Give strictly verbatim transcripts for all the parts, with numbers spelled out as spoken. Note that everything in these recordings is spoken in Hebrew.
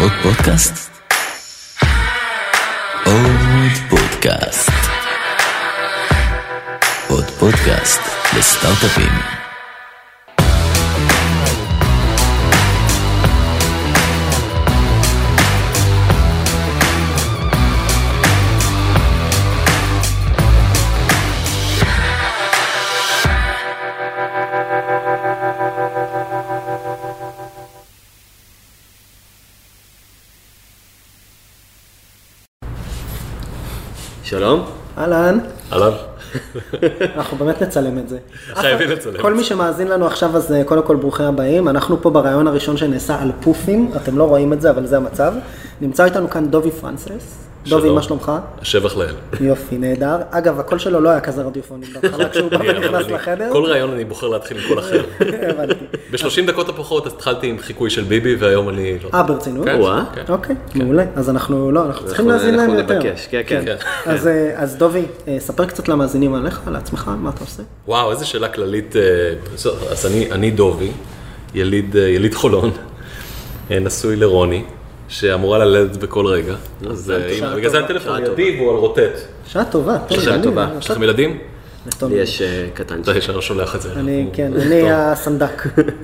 עוד פודקאסט? עוד פודקאסט. עוד פודקאסט לסטארט-אפים. שלום. אהלן. אהלן. אנחנו באמת נצלם את זה. חייבים לצלם. כל מי שמאזין לנו עכשיו, אז קודם כל ברוכים הבאים. אנחנו פה ברעיון הראשון שנעשה על פופים, אתם לא רואים את זה, אבל זה המצב. נמצא איתנו כאן דובי פרנסס. דובי, מה שלומך? שבח לאל. יופי, נהדר. אגב, הקול שלו לא היה כזה רדיופוני בהתחלה, כשהוא בא ונכנס לחדר. כל רעיון אני בוחר להתחיל עם קול אחר. הבנתי. ב-שלושים דקות הפחות התחלתי עם חיקוי של ביבי, והיום אני... אה, ברצינות? כן. אוקיי, מעולה. אז אנחנו לא, אנחנו צריכים להאזין להם יותר. אנחנו נבקש, כן, כן. אז דובי, ספר קצת למאזינים עליך, על עצמך, מה אתה עושה? וואו, איזו שאלה כללית. אז אני דובי, יליד חולון, נשוי לרוני, שאמורה ללדת בכל רגע. אז בגלל זה הטלפון לידי והוא על רוטט. שעה טובה. שעה טובה. יש לכם ילדים? לי יש קטן. אתה ישר שולח את זה. אני, כן, אני הסנדק.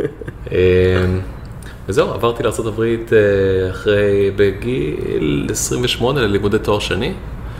וזהו, עברתי לארצות הברית אחרי, בגיל עשרים ושמונה ללימודי תואר שני.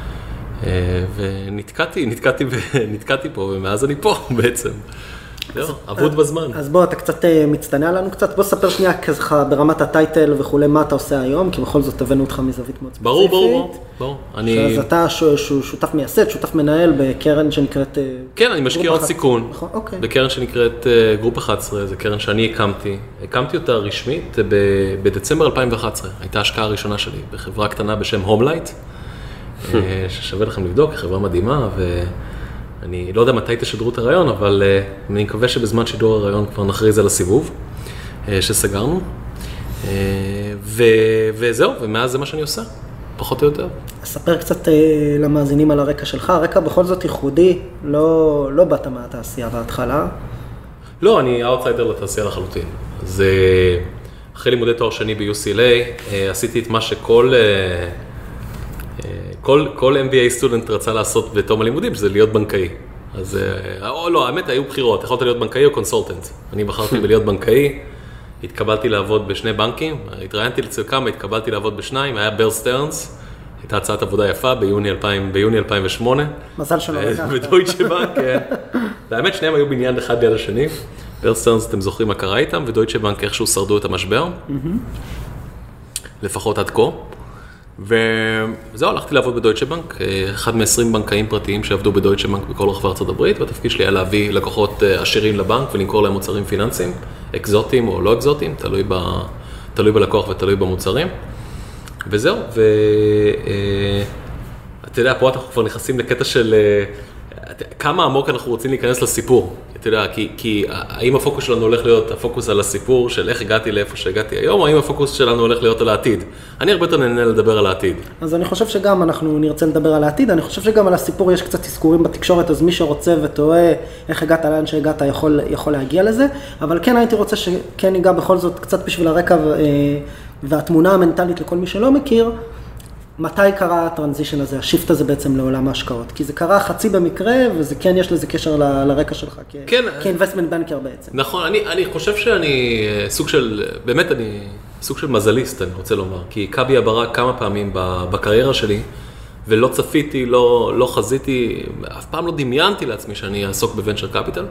ונתקעתי, נתקעתי, נתקעתי פה, ומאז אני פה בעצם. זהו, עבוד בזמן. אז בוא, אתה קצת מצטנע לנו קצת, בוא ספר שנייה ככה ברמת הטייטל וכולי, מה אתה עושה היום, כי בכל זאת הבאנו אותך מזווית מאוד ספציפית. ברור, ברור, ברור. אז אתה שותף מייסד, שותף מנהל בקרן שנקראת... כן, אני משקיע עוד סיכון. נכון, אוקיי. בקרן שנקראת גרופ אחת עשרה, זו קרן שאני הקמתי. הקמתי אותה רשמית בדצמבר אלפיים ואחת עשרה. הייתה ההשקעה הראשונה שלי בחברה קטנה בשם הומלייט, ששווה לכם לבדוק, חברה מדהימה, ואני לא יודע מתי תשדרו את הרעיון, אבל אני מקווה שבזמן שידור הרעיון כבר נכריז על הסיבוב שסגרנו. וזהו, ומאז זה מה שאני עושה, פחות או יותר. אספר קצת למאזינים על הרקע שלך. הרקע בכל זאת ייחודי, לא, לא באת מהתעשייה בהתחלה. לא, אני אאוטסיידר לתעשייה לחלוטין. אז אחרי לימודי תואר שני ב-יו סי אל איי, עשיתי את מה שכל... כל, כל אם בי איי סטודנט רצה לעשות בתום הלימודים, שזה להיות בנקאי. אז, או לא, האמת, היו בחירות, יכולת להיות בנקאי או קונסולטנט. אני בחרתי בלהיות בנקאי, התקבלתי לעבוד בשני בנקים, התראיינתי לצל כמה, התקבלתי לעבוד בשניים, היה בר סטרנס, הייתה הצעת עבודה יפה ביוני אלפיים ושמונה. מזל שלא לקחת. בדויטשה בנק, כן. והאמת, שניהם היו בניין אחד ליד השני. בר סטרנס, אתם זוכרים מה קרה איתם, ודויטשה בנק איכשהו שרדו את המשבר. לפחות עד כה. וזהו, הלכתי לעבוד בדויטשה בנק, אחד מ-עשרים בנקאים פרטיים שעבדו בדויטשה בנק בכל רחבי ארצות הברית, והתפקיד שלי היה להביא לקוחות עשירים לבנק ולמכור להם מוצרים פיננסיים, אקזוטיים או לא אקזוטיים, תלוי, ב, תלוי בלקוח ותלוי במוצרים. וזהו, ואתה יודע, פה אנחנו כבר נכנסים לקטע של כמה עמוק אנחנו רוצים להיכנס לסיפור. אתה יודע, כי, כי האם הפוקוס שלנו הולך להיות הפוקוס על הסיפור של איך הגעתי לאיפה שהגעתי היום, או האם הפוקוס שלנו הולך להיות על העתיד? אני הרבה יותר נהנה לדבר על העתיד. אז אני חושב שגם אנחנו נרצה לדבר על העתיד, אני חושב שגם על הסיפור יש קצת תזכורים בתקשורת, אז מי שרוצה וטועה איך הגעת לאן שהגעת יכול, יכול להגיע לזה, אבל כן הייתי רוצה שכן ניגע בכל זאת קצת בשביל הרקע והתמונה המנטלית לכל מי שלא מכיר, מתי קרה הטרנזישן הזה, השיפט הזה בעצם לעולם ההשקעות? כי זה קרה חצי במקרה, וזה כן יש לזה קשר ל, לרקע שלך, כן, כאינבסטמנט בנקר בעצם. נכון, אני, אני חושב שאני סוג של, באמת אני סוג של מזליסט, אני רוצה לומר, כי קאבי הברק כמה פעמים בקריירה שלי, ולא צפיתי, לא, לא חזיתי, אף פעם לא דמיינתי לעצמי שאני אעסוק בוונצ'ר קפיטל.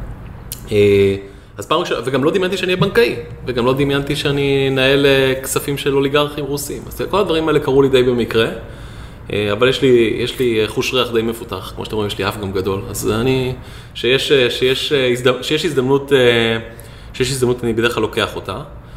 אז פעם, וגם לא דמיינתי שאני אהיה בנקאי, וגם לא דמיינתי שאני נהל כספים של אוליגרכים רוסים. אז כל הדברים האלה קרו לי די במקרה, אבל יש לי, יש לי חוש ריח די מפותח, כמו שאתם רואים, יש לי אף גם גדול. אז אני, שיש, שיש, שיש הזדמנות, שיש הזדמנות, אני בדרך כלל לוקח אותה.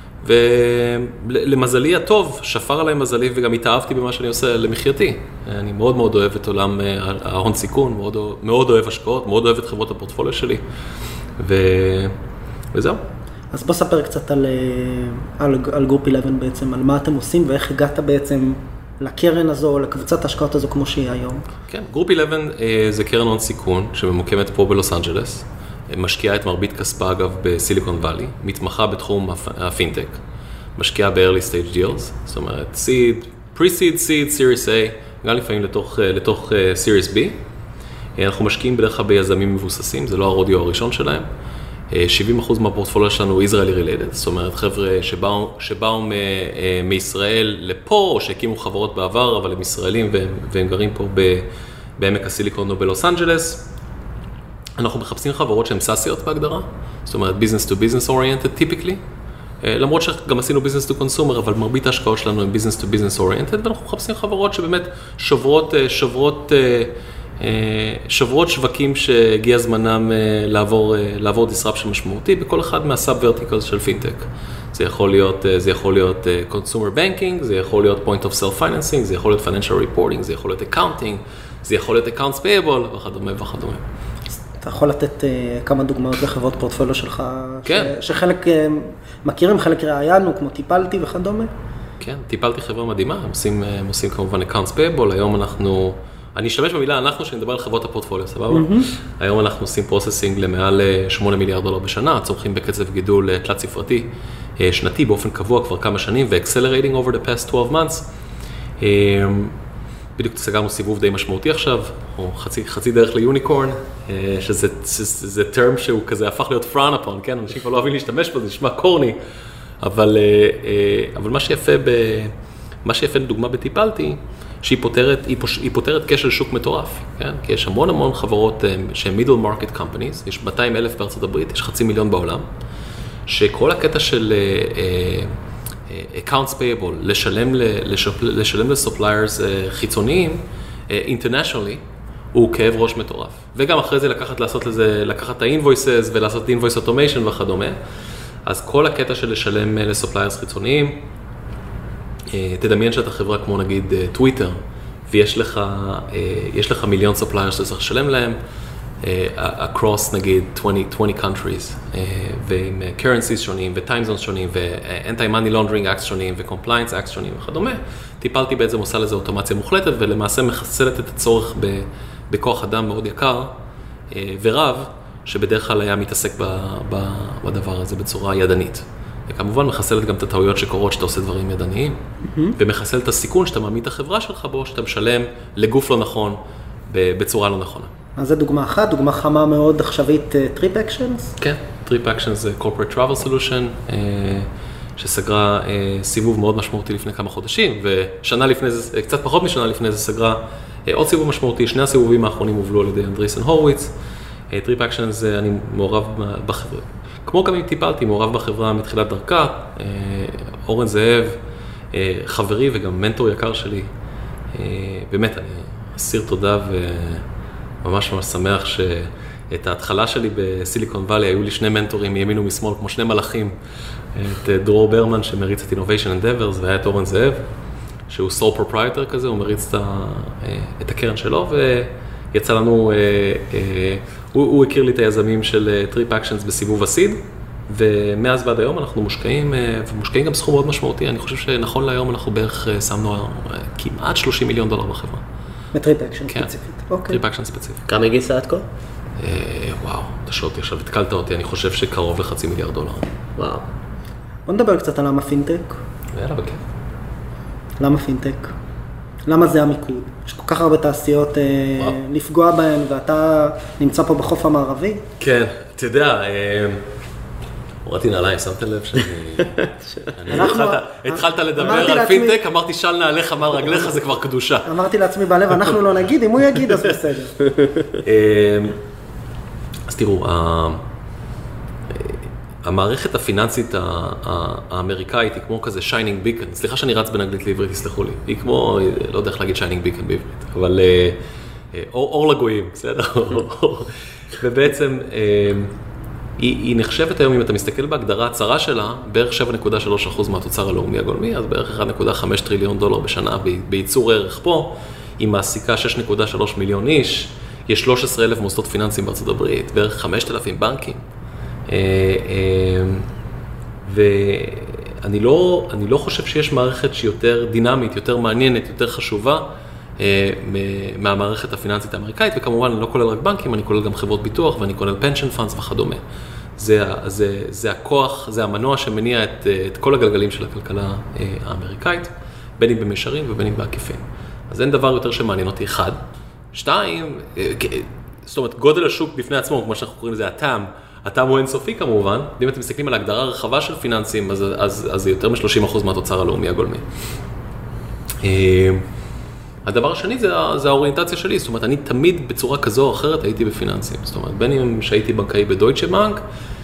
ולמזלי הטוב, שפר עליי מזלי, וגם התאהבתי במה שאני עושה למחייתי. אני מאוד מאוד אוהב את עולם ההון סיכון, מאוד, מאוד אוהב השקעות, מאוד אוהב את חברות הפורטפוליו שלי. ו... וזהו. אז בוא ספר קצת על, על, על גרופ אחת עשרה בעצם, על מה אתם עושים ואיך הגעת בעצם לקרן הזו, לקבוצת ההשקעות הזו כמו שהיא היום. כן, גרופ אחת עשרה זה קרן הון סיכון שממוקמת פה בלוס אנג'לס, משקיעה את מרבית כספה אגב בסיליקון ואלי, מתמחה בתחום הפינטק. משקיעה ב-early stage deals, זאת אומרת, seed, pre-seed, seed, series A, גם לפעמים לתוך, לתוך series B. אנחנו משקיעים בדרך כלל ביזמים מבוססים, זה לא הרודיו הראשון שלהם. שבעים אחוז מהפורטפוליו שלנו הוא Israeli related, זאת אומרת, חבר'ה שבאו, שבאו מ, מישראל לפה, או שהקימו חברות בעבר, אבל הם ישראלים והם, והם גרים פה ב, בעמק הסיליקון או בלוס אנג'לס. אנחנו מחפשים חברות שהן סאסיות בהגדרה, זאת אומרת, business to business oriented typically, למרות שגם עשינו business to consumer, אבל מרבית ההשקעות שלנו הן business to business oriented, ואנחנו מחפשים חברות שבאמת שוברות, שוברות, שוברות שווקים שהגיע זמנם לעבור, לעבור disruption משמעותי, בכל אחד מה-sub-verticals של פינטק. זה יכול להיות, זה יכול להיות consumer banking, זה יכול להיות point of sale financing, זה יכול להיות financial reporting, זה יכול להיות accounting, זה יכול להיות accounts payable, וכדומה וכדומה. אתה יכול לתת uh, כמה דוגמאות לחברות פורטפוליו שלך, כן. ש, שחלק uh, מכירים, חלק ראיינו, כמו טיפלתי וכדומה? כן, טיפלתי חברה מדהימה, הם עושים, הם עושים כמובן accounts payable, היום אנחנו, אני אשתמש במילה אנחנו, שאני מדבר על חברות הפורטפוליו, סבבה? Mm-hmm. היום אנחנו עושים פרוססינג למעל שמונה מיליארד דולר בשנה, צורכים בקצב גידול תלת ספרתי, שנתי באופן קבוע כבר כמה שנים, ו-accelerating over the past twelve months. בדיוק סגרנו סיבוב די משמעותי עכשיו, או חצי, חצי דרך ליוניקורן, שזה, זה, זה term שהוא כזה הפך להיות frown upon, כן? אנשים כבר לא אוהבים להשתמש בו, זה נשמע קורני, אבל, אבל מה שיפה ב, מה שיפה לדוגמה בטיפלתי, שהיא פותרת, היא, פוש, היא פותרת כשל שוק מטורף, כן? כי יש המון המון חברות שהן middle market companies, יש מאתיים אלף בארצות הברית, יש חצי מיליון בעולם, שכל הקטע של accounts payable, לשלם, לשלם לסופליירס חיצוניים, internationally, הוא כאב ראש מטורף. וגם אחרי זה לקחת, לעשות לזה, לקחת את ה-invoices ולעשות invoice automation וכדומה. אז כל הקטע של לשלם לסופליירס חיצוניים, תדמיין שאתה חברה כמו נגיד טוויטר, ויש לך, יש לך מיליון סופליירס שצריך לשלם להם, across נגיד twenty countries, ועם currencies שונים, ו-time zones שונים, ו-anti-money laundering acts שונים, ו-compliance acts שונים וכדומה. טיפלתי בעצם עושה לזה אוטומציה מוחלטת, ולמעשה מחסלת את הצורך בכוח אדם מאוד יקר ורב, שבדרך כלל היה מתעסק בדבר הזה בצורה ידנית. וכמובן מחסלת גם את הטעויות שקורות שאתה עושה דברים ידניים, ומחסל את הסיכון שאתה מעמיד את החברה שלך בו, שאתה משלם לגוף לא נכון, בצורה לא נכונה. אז זה דוגמה אחת, דוגמה חמה מאוד עכשווית, טריפ אקשנס? כן, טריפ אקשנס זה corporate travel solution, שסגרה סיבוב מאוד משמעותי לפני כמה חודשים, ושנה לפני זה, קצת פחות משנה לפני זה, סגרה עוד סיבוב משמעותי, שני הסיבובים האחרונים הובלו על ידי אנדריסן הורוביץ. טריפ אקשנס, אני מעורב בחברה, כמו גם אם טיפלתי, מעורב בחברה מתחילת דרכה, אורן זאב, חברי וגם מנטור יקר שלי, באמת, אני אסיר תודה ו... ממש ממש שמח שאת ההתחלה שלי בסיליקון ואלי, היו לי שני מנטורים מימין ומשמאל, כמו שני מלאכים, את דרור ברמן שמריץ את Innovation Endeavors, והיה את אורן זאב, שהוא sole proprietor כזה, הוא מריץ את הקרן שלו, ויצא לנו, הוא, הוא הכיר לי את היזמים של טריפ אקשנס בסיבוב הסיד, ומאז ועד היום אנחנו מושקעים, ומושקעים גם סכום מאוד משמעותי, אני חושב שנכון להיום אנחנו בערך שמנו כמעט שלושים מיליון דולר בחברה. בטריפ אקשן ספציפית. טריפ אקשן ספציפית. כמה הגייסה עד כה? וואו, אתה שואל אותי עכשיו, התקלת אותי, אני חושב שקרוב לחצי מיליארד דולר. וואו. בוא נדבר קצת על למה פינטק. יאללה, בכיף. למה פינטק? למה זה המיקוד? יש כל כך הרבה תעשיות לפגוע בהן, ואתה נמצא פה בחוף המערבי? כן, אתה יודע, הורדתי נעליים, שמת לב שאני... התחלת לדבר על פינטק, אמרתי של נעליך מעל רגליך, זה כבר קדושה. אמרתי לעצמי בלב, אנחנו לא נגיד, אם הוא יגיד, אז בסדר. אז תראו, המערכת הפיננסית האמריקאית היא כמו כזה שיינינג ביקן, סליחה שאני רץ בין אנגלית לעברית, תסלחו לי, היא כמו, לא יודע איך להגיד שיינינג ביקן בעברית, אבל אור לגויים, בסדר? ובעצם... היא, היא נחשבת היום, אם אתה מסתכל בהגדרה הצרה שלה, בערך שבע נקודה שלוש אחוז מהתוצר הלאומי הגולמי, אז בערך אחד נקודה חמש טריליון דולר בשנה בייצור ערך פה, היא מעסיקה שש נקודה שלוש מיליון איש, יש שלושה עשר אלף מוסדות פיננסיים בארצות הברית, בערך חמשת אלפים בנקים. ואני לא, אני לא חושב שיש מערכת שהיא יותר דינמית, יותר מעניינת, יותר חשובה, מהמערכת הפיננסית האמריקאית, וכמובן אני לא כולל רק בנקים, אני כולל גם חברות ביטוח, ואני כולל פנשן פאנדס וכדומה. זה, זה, זה הכוח, זה המנוע שמניע את, את כל הגלגלים של הכלכלה האמריקאית, בין אם במישרין ובין אם בעקיפין. אז אין דבר יותר שמעניין אותי, אחד. שתיים, זאת אומרת, גודל השוק בפני עצמו, כמו שאנחנו קוראים לזה, הטעם, הטעם הוא אינסופי כמובן, ואם אתם מסתכלים על ההגדרה הרחבה של פיננסים, אז, אז, אז זה יותר מ-שלושים אחוז מהתוצר הלאומי הגולמי. הדבר השני זה, זה האוריינטציה שלי, זאת אומרת, אני תמיד בצורה כזו או אחרת הייתי בפיננסים, זאת אומרת, בין אם שהייתי בנקאי בדויטשה בנק,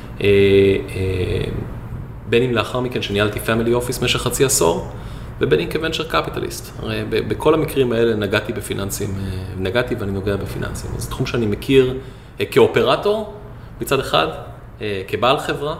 בין אם לאחר מכן שניהלתי פמילי אופיס משך חצי עשור, ובין אם כוונצ'ר קפיטליסט. הרי בכל המקרים האלה נגעתי בפיננסים, נגעתי ואני נוגע בפיננסים. זה תחום שאני מכיר כאופרטור מצד אחד, כבעל חברה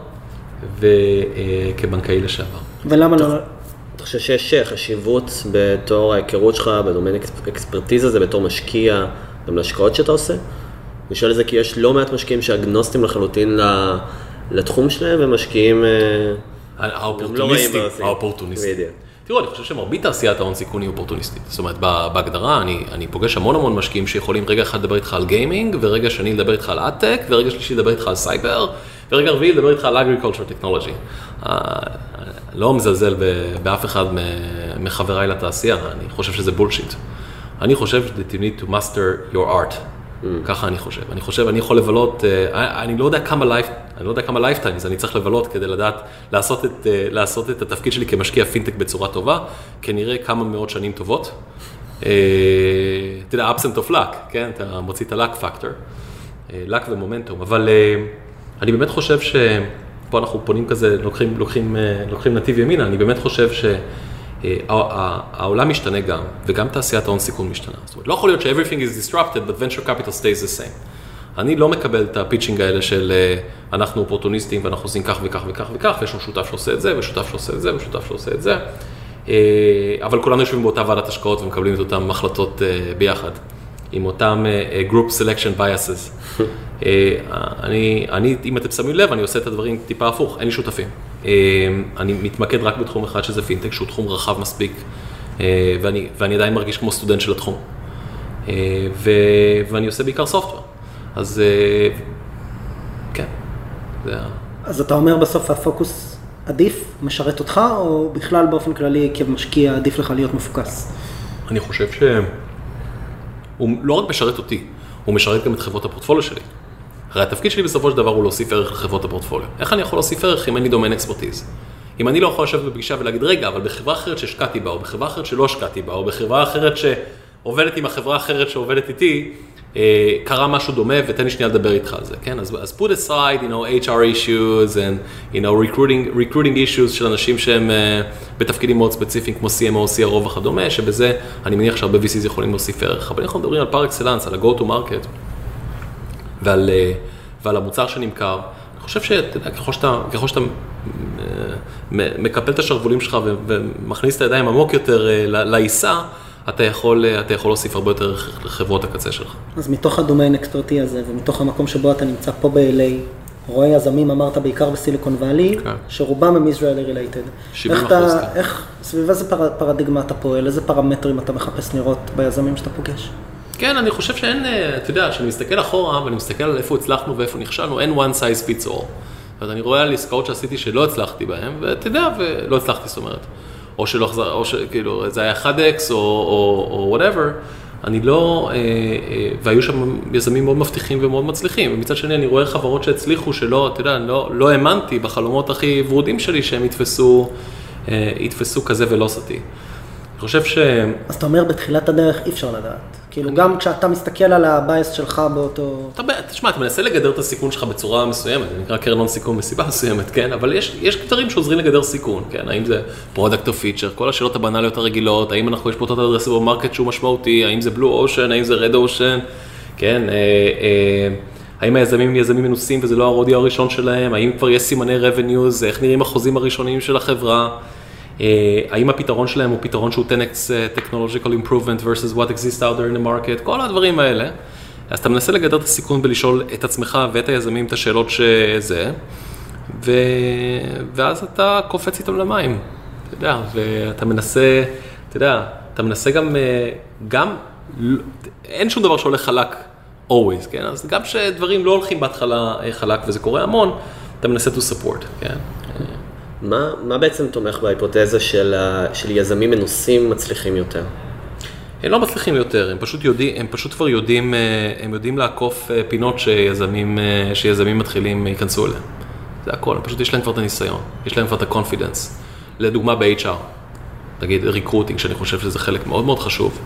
וכבנקאי לשעבר. ולמה לא? אתה חושב שיש חשיבות בתור ההיכרות שלך, בדומיין אקספרטיזה, זה בתור משקיע, גם להשקעות שאתה עושה? אני שואל את זה כי יש לא מעט משקיעים שאגנוסטים לחלוטין לתחום שלהם, ומשקיעים האופורטוניסטים. האופורטוניסטים. תראו, אני חושב שמרבית תעשיית ההון סיכון היא אופורטוניסטית. זאת אומרת, בהגדרה, אני, אני פוגש המון המון משקיעים שיכולים רגע אחד לדבר איתך על גיימינג, ורגע שני לדבר איתך על אד-טק, ורגע שלישי לדבר איתך על סייבר, ורגע רביעי לדבר איתך על agriculture technology. לא מזלזל באף אחד מחבריי לתעשייה, אני חושב שזה בולשיט. אני חושב that you need to master your art. ככה אני חושב. אני חושב, אני יכול לבלות, אני לא יודע כמה לייפ, אני לא יודע כמה לייפטיימס אני צריך לבלות כדי לדעת לעשות את, לעשות את התפקיד שלי כמשקיע פינטק בצורה טובה, כנראה כמה מאות שנים טובות. אתה יודע, absent of luck, כן? אתה מוציא את ה-luck factor, luck ומומנטום, אבל אני באמת חושב שפה אנחנו פונים כזה, לוקחים, לוקחים, לוקחים נתיב ימינה, אני באמת חושב ש... העולם משתנה גם, וגם תעשיית ההון סיכון משתנה. זאת אומרת, לא יכול להיות ש-everything is disrupted, but venture capital stays the same. אני לא מקבל את הפיצ'ינג האלה של אנחנו אופורטוניסטים ואנחנו עושים כך וכך וכך וכך, ויש לנו שותף שעושה את זה, ושותף שעושה את זה, ושותף שעושה את זה. אבל כולנו יושבים באותה ועדת השקעות ומקבלים את אותם החלטות ביחד, עם אותם group selection biases. אני, אני, אם אתם שמים לב, אני עושה את הדברים טיפה הפוך, אין לי שותפים. אני מתמקד רק בתחום אחד שזה פינטק, שהוא תחום רחב מספיק, ואני, ואני עדיין מרגיש כמו סטודנט של התחום. ו, ואני עושה בעיקר סופטוור. אז כן, זה... אז אתה אומר בסוף הפוקוס עדיף, משרת אותך, או בכלל באופן כללי כמשקיע עדיף לך להיות מפוקס? אני חושב שהוא לא רק משרת אותי, הוא משרת גם את חברות הפורטפוליו שלי. הרי התפקיד שלי בסופו של דבר הוא להוסיף ערך לחברות הפורטפוליו. איך אני יכול להוסיף ערך אם אין לי דומיין אקספרטיז? אם אני לא יכול לשבת בפגישה ולהגיד, רגע, אבל בחברה אחרת שהשקעתי בה, או בחברה אחרת שלא השקעתי בה, או בחברה אחרת שעובדת עם החברה האחרת שעובדת איתי, קרה משהו דומה ותן לי שנייה לדבר איתך על זה, כן? אז, אז put aside, you know, H R issues and, you know, recruiting, recruiting issues של אנשים שהם uh, בתפקידים מאוד ספציפיים כמו C M O, C R O וכדומה, שבזה אני מניח שהרבה V Cs יכולים להוסיף ערך. אבל אנחנו מדברים על פר אקסלנס, על ה-go to market ועל, uh, ועל המוצר שנמכר. אני חושב שאתה, ככל שאתה, ככל שאתה uh, מקפל את השרבולים שלך ו- ומכניס את הידיים עמוק יותר uh, לעיסה, אתה יכול, אתה יכול להוסיף הרבה יותר לחברות הקצה שלך. אז מתוך הדומיין אקספרטי הזה, ומתוך המקום שבו אתה נמצא פה ב-L A, רואה יזמים, אמרת בעיקר בסיליקון ואלי, okay. שרובם הם Israeli related. שבעים אחוז. איך, אתה, איך, סביב איזה פר, פרדיגמה אתה פועל, איזה פרמטרים אתה מחפש לראות ביזמים שאתה פוגש? כן, אני חושב שאין, אתה יודע, שאני מסתכל אחורה, ואני מסתכל על איפה הצלחנו ואיפה נכשלנו, אין one size fits all. אז אני רואה על עסקאות שעשיתי שלא הצלחתי בהן, ואתה יודע, ולא הצלחתי, זאת אומרת. או שלא חזר, או שכאילו, זה היה אחד אקס או, או, או whatever, אני לא, והיו שם יזמים מאוד מבטיחים ומאוד מצליחים, ומצד שני אני רואה חברות שהצליחו שלא, אתה יודע, לא, לא האמנתי בחלומות הכי ורודים שלי שהם יתפסו, יתפסו כזה ולא סתי. אני חושב ש... אז אתה אומר, בתחילת הדרך אי אפשר לדעת. כאילו, גם כשאתה מסתכל על הבייס שלך באותו... תשמע, אתה מנסה לגדר את הסיכון שלך בצורה מסוימת, זה נקרא קרן הון סיכון מסיבה מסוימת, כן? אבל יש, יש דברים שעוזרים לגדר סיכון, כן? האם זה product or feature, כל השאלות הבנאליות הרגילות, האם אנחנו יש פה total addressable market שהוא משמעותי, האם זה blue ocean, האם זה red ocean, כן? אה, אה, האם היזמים הם יזמים מנוסים וזה לא הרודיו הראשון שלהם, האם כבר יש סימני revenues, איך נראים החוזים הראשוניים של החברה, האם הפתרון שלהם הוא פתרון שהוא ten x technological improvement versus what exists out there in the market, כל הדברים האלה. אז אתה מנסה לגדר את הסיכון בלשאול את עצמך ואת היזמים את השאלות שזה, ו... ואז אתה קופץ איתם למים, אתה יודע, ואתה מנסה, אתה יודע, אתה מנסה גם, גם, אין שום דבר שהולך חלק always, כן? אז גם שדברים לא הולכים בהתחלה חלק וזה קורה המון, אתה מנסה to support, כן? מה, מה בעצם תומך בהיפותזה של, של יזמים מנוסים מצליחים יותר? הם לא מצליחים יותר, הם פשוט יודעים, הם פשוט כבר יודעים, הם יודעים לעקוף פינות שיזמים, שיזמים מתחילים ייכנסו אליהם. זה הכל, פשוט יש להם כבר את הניסיון, יש להם כבר את ה-confidence. לדוגמה ב-אייץ' אר, נגיד ריקרוטינג, שאני חושב שזה חלק מאוד מאוד חשוב.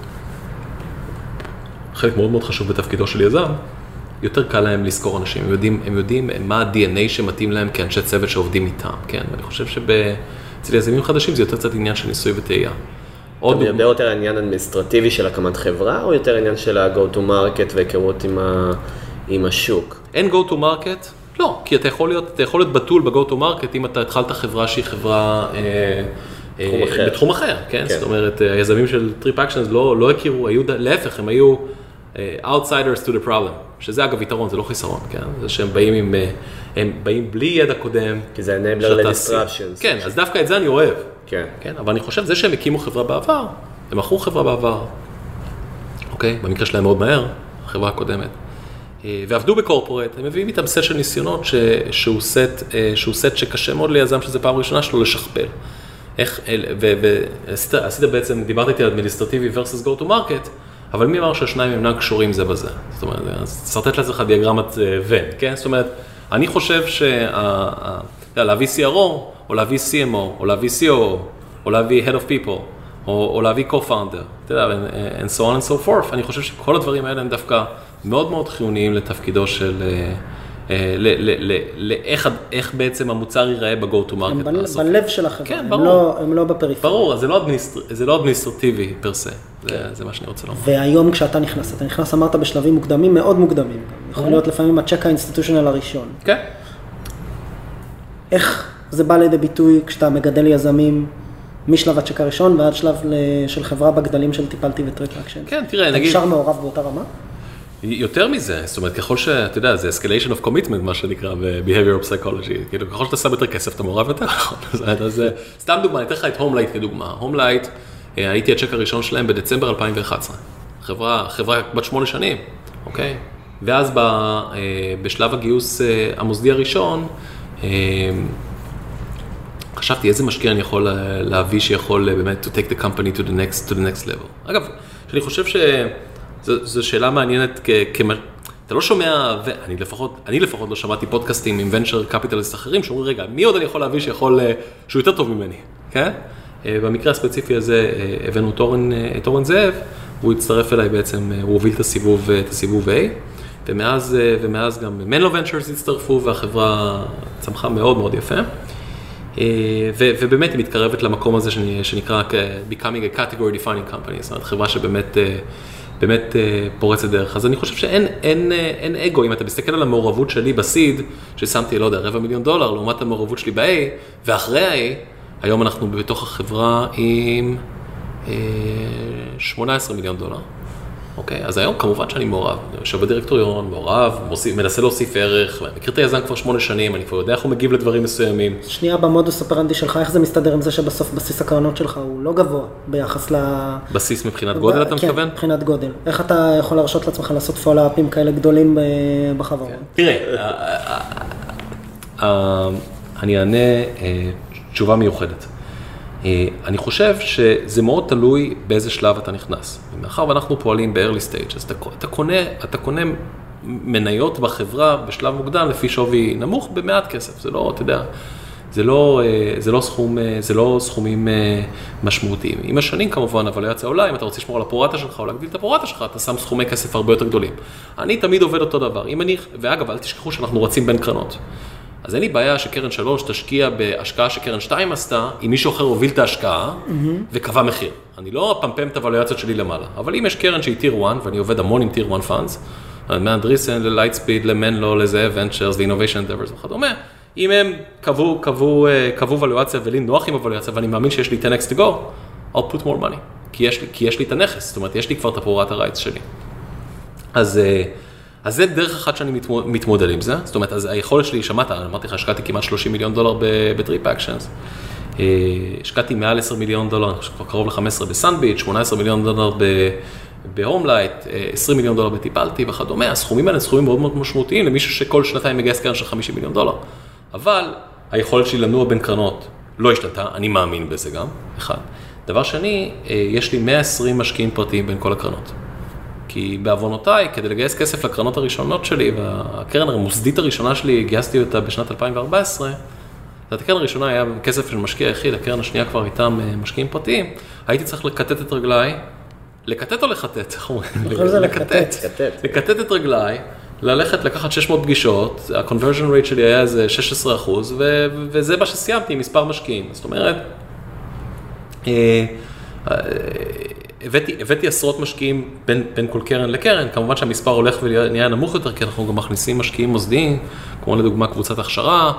חלק מאוד מאוד חשוב בתפקידו של יזם, יותר קל להם לזכור אנשים, הם יודעים, הם יודעים מה ה-די אן איי שמתאים להם כאנשי צוות שעובדים איתם, כן? ואני חושב שאצל יזמים חדשים זה יותר קצת עניין של ניסוי וטעייה. אתה מדבר יותר עניין אדמיניסטרטיבי של הקמת חברה, או יותר עניין של ה-go to market והיכרות עם, ה... עם השוק? אין go to market? לא, כי אתה יכול להיות, אתה יכול להיות בתול ב-go to market אם אתה התחלת חברה שהיא חברה אה, תחום אה, אחר. בתחום אחר, כן? כן. זאת אומרת, היזמים של טריפ אקשנס לא, לא הכירו, היו, להפך, הם היו אה, outsiders to the problem, שזה אגב יתרון, זה לא חיסרון, כן? זה שהם באים עם, אה, הם באים בלי ידע קודם. כי זה enabler ל-disruptions. כן, אז דווקא את זה אני אוהב. כן. כן, אבל אני חושב, זה שהם הקימו חברה בעבר, הם מכרו חברה בעבר, אוקיי? במקרה שלהם מאוד מהר, החברה הקודמת. ועבדו בקורפורט, הם מביאים איתם סט של ניסיונות ש... שהוא, סט, שהוא סט שקשה מאוד ליזם שזה פעם ראשונה שלו לשכפל. איך, ועשית ו... בעצם, דיברת איתי על אדמיניסטרטיבי versus go to market, אבל מי אמר שהשניים הם אינם קשורים זה בזה? זאת אומרת, סרטט לעצמך דיאגרמת ון, כן? זאת אומרת, אני חושב שלהביא סי אר או, או להביא סי אם או, או להביא סי או או, או להביא Head of People, או, או להביא Co-Founder, אתה יודע, and so on and so forth. אני חושב שכל הדברים האלה הם דווקא מאוד מאוד חיוניים לתפקידו של, לאיך איך בעצם המוצר ייראה ב-go to market. הם בלב של החברה, כן, הם ברור. לא, הם לא בפריפריה. ברור, זה לא, אדמיניסטר, זה לא אדמיניסטרטיבי פר סה, זה, זה מה שאני רוצה לומר. והיום כשאתה נכנס, אתה נכנס, אמרת בשלבים מוקדמים, מאוד מוקדמים. יכול להיות לפעמים הצ'ק האינסטיטושיונל הראשון. כן. איך זה בא לידי ביטוי כשאתה מגדל יזמים משלב הצ'ק הראשון ועד שלב של חברה בגדלים של טיפלתי וטריפ אקשן? כן, תראה, אתה נגיד... נשאר מעורב באותה רמה? יותר מזה, זאת אומרת, ככל שאתה יודע, זה escalation of commitment, מה שנקרא ב-behavioral psychology, כאילו, ככל שאתה שם יותר כסף, אתה מעורב יותר, אז סתם דוגמה, אני אתן לך את הומלייט כדוגמה. הומלייט, הייתי הצ'ק הראשון שלהם בדצמבר אלפיים ואחת עשרה. חברה, חברה בת שמונה שנים, אוקיי? ואז בשלב הגיוס המוסדי הראשון, חשבתי איזה משקיע אני יכול להביא שיכול באמת to take the company to the next, to the next level. אגב, שאני חושב ש... זו שאלה מעניינת, אתה לא שומע, ואני לפחות, אני לפחות לא שמעתי פודקאסטים עם ונצ'ר קפיטליסט אחרים, שאומרים, רגע, מי עוד אני יכול להביא שיכול, שהוא יותר טוב ממני, כן? במקרה הספציפי הזה, הבאנו את אורן זאב, הוא הצטרף אליי בעצם, הוא הוביל את הסיבוב, את הסיבוב A, ומאז, ומאז גם מנלו ונצ'רס הצטרפו, והחברה צמחה מאוד מאוד יפה. ובאמת היא מתקרבת למקום הזה שנקרא becoming a category defining company, זאת אומרת, חברה שבאמת באמת פורצת דרך. אז אני חושב שאין אין, אין אגו, אם אתה מסתכל על המעורבות שלי בסיד, ששמתי, לא יודע, רבע מיליון דולר, לעומת המעורבות שלי ב-A, ואחרי ה-A, היום אנחנו בתוך החברה עם שמונה עשרה מיליון דולר. אוקיי, אז היום כמובן שאני מעורב, יושב בדירקטוריון, מעורב, מוסיף, מנסה להוסיף ערך, מכיר את היזם כבר שמונה שנים, אני כבר יודע איך הוא מגיב לדברים מסוימים. שנייה, במודוס אופרנדי שלך, איך זה מסתדר עם זה שבסוף בסיס הקרנות שלך הוא לא גבוה ביחס ל... בסיס מבחינת גודל אתה מתכוון? כן, מבחינת גודל. איך אתה יכול להרשות לעצמך לעשות פולו-אפים כאלה גדולים בחברות? תראה, אני אענה תשובה מיוחדת. אני חושב שזה מאוד תלוי באיזה שלב אתה נכנס. מאחר ואנחנו פועלים ב-early stage, אז אתה, אתה קונה, אתה קונה מניות בחברה בשלב מוקדם לפי שווי נמוך במעט כסף. זה לא, אתה יודע, זה לא, זה לא סכום, זה לא סכומים משמעותיים. עם השנים כמובן, אבל יצא עולה, אם אתה רוצה לשמור על הפורטה שלך או להגדיל את הפורטה שלך, אתה שם סכומי כסף הרבה יותר גדולים. אני תמיד עובד אותו דבר. אם אני, ואגב, אל תשכחו שאנחנו רצים בין קרנות. אז אין לי בעיה שקרן שלוש תשקיע בהשקעה שקרן שתיים עשתה, אם מישהו אחר הוביל את ההשקעה וקבע מחיר. אני לא פמפם את הוולואציות שלי למעלה, אבל אם יש קרן שהיא טיר אחת, ואני עובד המון עם טיר אחת פאנדס, מאנדריסן, ללייטספיד, למנלו, לזאב ונצ'רס, לאינוביישן אנדברס וכדומה, אם הם קבעו, קבעו, קבעו וולואציה ולי נוח עם הוולואציה, ואני מאמין שיש לי ten x to go, I'll put more money, כי יש לי, כי יש לי את הנכס, זאת אומרת, יש לי כבר את הפורת הרייטס שלי. אז... אז זה דרך אחת שאני מתמודד עם זה, זאת אומרת, אז היכולת שלי, שמעת, אמרתי לך, השקעתי כמעט שלושים מיליון דולר בטריפ אקשנס, השקעתי מעל עשרה מיליון דולר, אני חושב כבר קרוב ל-חמש עשרה בסנדביץ', שמונה עשרה מיליון דולר בהומלייט, עשרים מיליון דולר בטיפלתי וכדומה, הסכומים האלה סכומים מאוד מאוד משמעותיים, למישהו שכל שנתיים מגייס קרן של חמישים מיליון דולר. אבל היכולת שלי לנוע בין קרנות לא השתנתה, אני מאמין בזה גם, אחד. דבר שני, יש לי מאה ועשרים משקיעים פרטיים בין כל הקרנות. כי בעוונותיי, כדי לגייס כסף לקרנות הראשונות שלי, והקרן המוסדית הראשונה שלי, גייסתי אותה בשנת אלפיים וארבע עשרה, הקרן הראשונה היה כסף של משקיע יחיד, הקרן השנייה כבר הייתה משקיעים פרטיים, הייתי צריך לקטט את רגליי, לקטט או לחטט? לקטט. לקטט את רגליי, ללכת לקחת שש מאות פגישות, ה-conversion rate שלי היה איזה שש עשרה אחוז, וזה מה שסיימתי עם מספר משקיעים. זאת אומרת, הבאתי, הבאתי עשרות משקיעים בין, בין כל קרן לקרן, כמובן שהמספר הולך ונהיה נמוך יותר, כי אנחנו גם מכניסים משקיעים מוסדיים, כמו לדוגמה קבוצת הכשרה.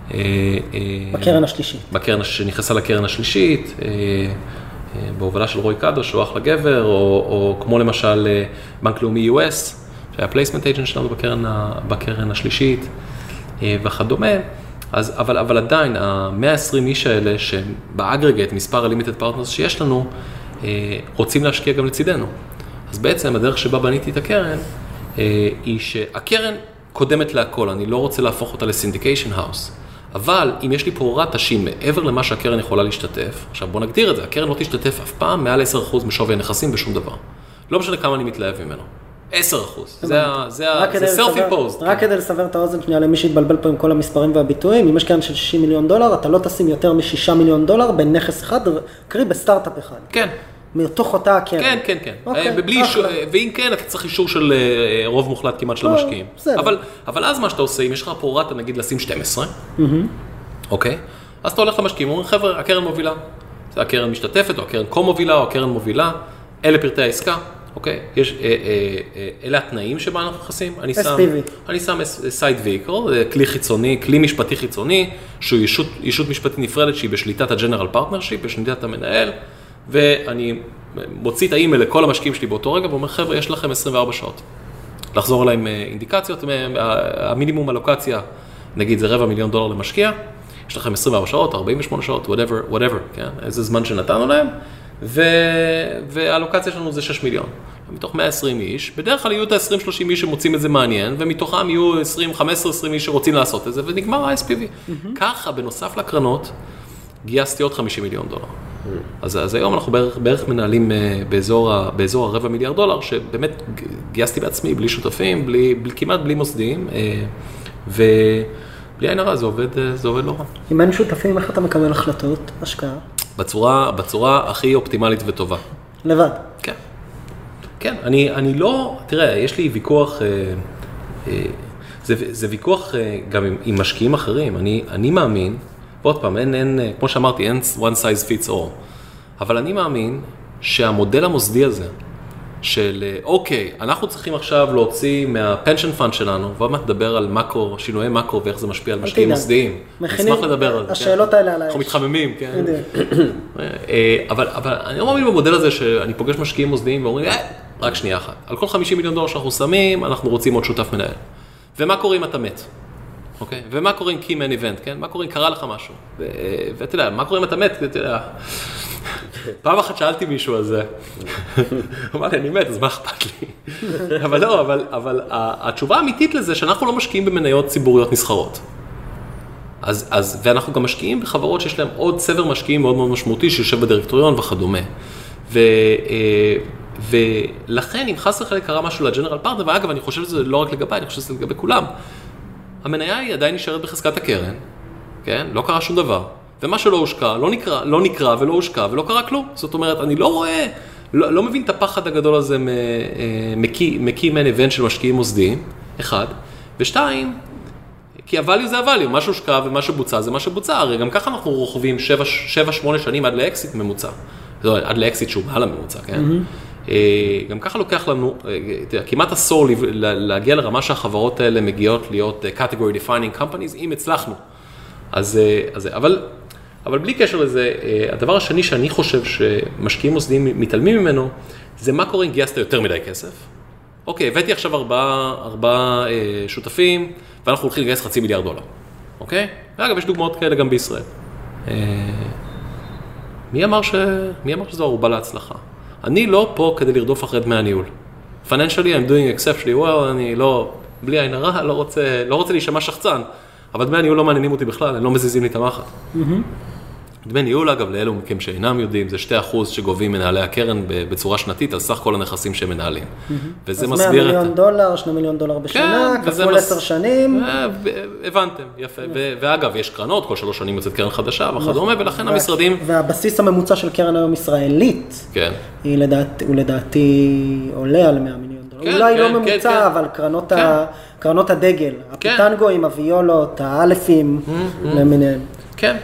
בקרן השלישית. בקרן שנכנסה לקרן השלישית, בהובלה של רוי קדוש, שהוא אחלה גבר, או, או כמו למשל בנק לאומי יו אס, שהיה פלייסמנט אייג'נט שלנו בקרן, בקרן השלישית, וכדומה. אז, אבל, אבל עדיין, ה-מאה ועשרים איש האלה, שבאגרגט, מספר הלימיטד פרטנרס שיש לנו, רוצים להשקיע גם לצידנו. אז בעצם הדרך שבה בניתי את הקרן, היא שהקרן קודמת להכל, אני לא רוצה להפוך אותה לסינדיקיישן האוס. אבל אם יש לי פה הוראת תשים מעבר למה שהקרן יכולה להשתתף, עכשיו בוא נגדיר את זה, הקרן לא תשתתף אף פעם מעל עשרה אחוז משווי הנכסים בשום דבר. לא משנה כמה אני מתלהב ממנו. עשרה אחוז. זה self-imposed. רק כדי לסבר את האוזן שנייה למי שהתבלבל פה עם כל המספרים והביטויים, אם יש קרן של שישים מיליון דולר, אתה לא תשים יותר מ-שישה מיליון דולר בין נכס אחד, קרי בסטארט-אפ אחד. כן. מתוך אותה הקרן. כן, כן, כן. ואם כן, אתה צריך אישור של רוב מוחלט כמעט של המשקיעים. אבל אז מה שאתה עושה, אם יש לך פה הוראת, נגיד לשים שתים עשרה, אוקיי? אז אתה הולך למשקיעים, אומרים, חבר'ה, הקרן מובילה. הקרן משתתפת, או הקרן כה-מובילה, או הקרן מובילה. אלה פרטי העסקה, אוקיי? יש, אלה התנאים שבה אנחנו נכנסים. אני שם, אני שם סייד וייקל, כלי חיצוני, כלי משפטי חיצוני, שהוא ישות, ישות משפטית נפרדת שהיא בשליטת הג'נרל פרטנרשיפ, בשליטת המנהל, ואני מוציא את האימייל לכל המשקיעים שלי באותו רגע, ואומר, חבר'ה, יש לכם עשרים וארבע שעות. לחזור אליי עם אינדיקציות, המינימום אלוקציה, נגיד, זה רבע מיליון דולר למשקיע, יש לכם עשרים וארבע שעות, ארבעים ושמונה שעות, whatever, whatever, כן? איזה זמן שנתנו להם, והאלוקציה שלנו זה שישה מיליון. מתוך מאה ועשרים איש, בדרך כלל יהיו את ה-עשרים שלושים איש שמוצאים את זה מעניין, ומתוכם יהיו עשרים, חמש עשרה, עשרים איש שרוצים לעשות את זה, ונגמר ה-אס פי וי. ככה, בנוסף לקרנות, גייסתי עוד חמישים מיליון דולר. אז, אז היום אנחנו בערך, בערך מנהלים באזור, באזור הרבע מיליארד דולר, שבאמת גייסתי בעצמי, בלי שותפים, בלי, בלי, כמעט בלי מוסדיים, ובלי עין הרע, זה עובד, זה עובד לא רע. אם אין שותפים, איך אתה מקבל החלטות, השקעה? בצורה, בצורה הכי אופטימלית וטובה. לבד? כן. כן, אני, אני לא, תראה, יש לי ויכוח, אה, אה, זה, זה ויכוח אה, גם עם, עם משקיעים אחרים, אני, אני מאמין, ועוד פעם, אין, אין, כמו שאמרתי, אין one size fits all, אבל אני מאמין שהמודל המוסדי הזה, של אוקיי, אנחנו צריכים עכשיו להוציא מהפנשן פאנד שלנו, ועוד מעט לדבר על מקרו, שינויי מקרו, ואיך זה משפיע על משקיעים מוסדיים. מכינים, נשמח לדבר על זה. השאלות האלה עליי. אנחנו מתחממים, כן. אבל, אבל אני לא מאמין במודל הזה שאני פוגש משקיעים מוסדיים ואומרים, אה, רק שנייה אחת. על כל חמישים מיליון דולר שאנחנו שמים, אנחנו רוצים עוד שותף מנהל. ומה קורה אם אתה מת? אוקיי? ומה קורה אם key man event, כן? מה קורה אם קרה לך משהו? ואתה יודע, מה קורה אם אתה מת? אתה יודע, פעם אחת שאלתי מישהו על זה, אמר לי, אני מת, אז מה אכפת לי? אבל לא, אבל, אבל התשובה האמיתית לזה שאנחנו לא משקיעים במניות ציבוריות נסחרות. אז, אז, ואנחנו גם משקיעים בחברות שיש להם עוד צבר משקיעים מאוד מאוד משמעותי, שיושב בדירקטוריון וכדומה. ו, ולכן, אם חס וחלילה קרה משהו לג'נרל פרטנר, ואגב, אני חושב שזה לא רק לגבי, אני חושב שזה לגבי כולם, המניה היא עדיין נשארת בחזקת הקרן, כן? לא קרה שום דבר. ומה שלא הושקע, לא נקרא, לא נקרא ולא הושקע ולא קרה כלום. זאת אומרת, אני לא רואה, לא, לא מבין את הפחד הגדול הזה מקי מן איבנט של משקיעים מוסדיים, אחד. ושתיים, כי הvalue זה הvalue, מה שהושקע ומה שבוצע זה מה שבוצע. הרי גם ככה אנחנו רוכבים שבע שמונה שנים עד לאקסיט ממוצע. לא, עד לאקסיט שהוא מעל הממוצע, כן? Mm-hmm. גם ככה לוקח לנו, כמעט עשור להגיע לרמה שהחברות האלה מגיעות להיות category defining companies, אם הצלחנו. אז, אז, אבל, אבל בלי קשר לזה, הדבר השני שאני חושב שמשקיעים מוסדיים מתעלמים ממנו, זה מה קורה אם גייסת יותר מדי כסף. אוקיי, הבאתי עכשיו ארבעה, ארבעה שותפים, ואנחנו הולכים לגייס חצי מיליארד דולר. אוקיי? ואגב, יש דוגמאות כאלה גם בישראל. מי אמר, ש... מי אמר שזו ערובה להצלחה? אני לא פה כדי לרדוף אחרי דמי הניהול. Financially, I'm doing exceptionally well, אני לא, בלי עין הרע, לא רוצה, לא רוצה להישמע שחצן, אבל דמי הניהול לא מעניינים אותי בכלל, הם לא מזיזים לי את המחט. דמי ניהול, אגב, לאלו מכם שאינם יודעים, זה שתי אחוז שגובים מנהלי הקרן בצורה שנתית, על סך כל הנכסים שהם מנהלים. וזה מסביר את... אז מאה מיליון דולר, שני מיליון דולר בשנה, כפול עשר שנים. הבנתם, יפה. ואגב, יש קרנות, כל שלוש שנים יוצאת קרן חדשה וכדומה, ולכן המשרדים... והבסיס הממוצע של קרן היום ישראלית, הוא לדעתי עולה על מאה מיליון דולר. אולי לא ממוצע, אבל קרנות הדגל, הפיטנגואים, הוויולות, האלפים, למיניהם. כן,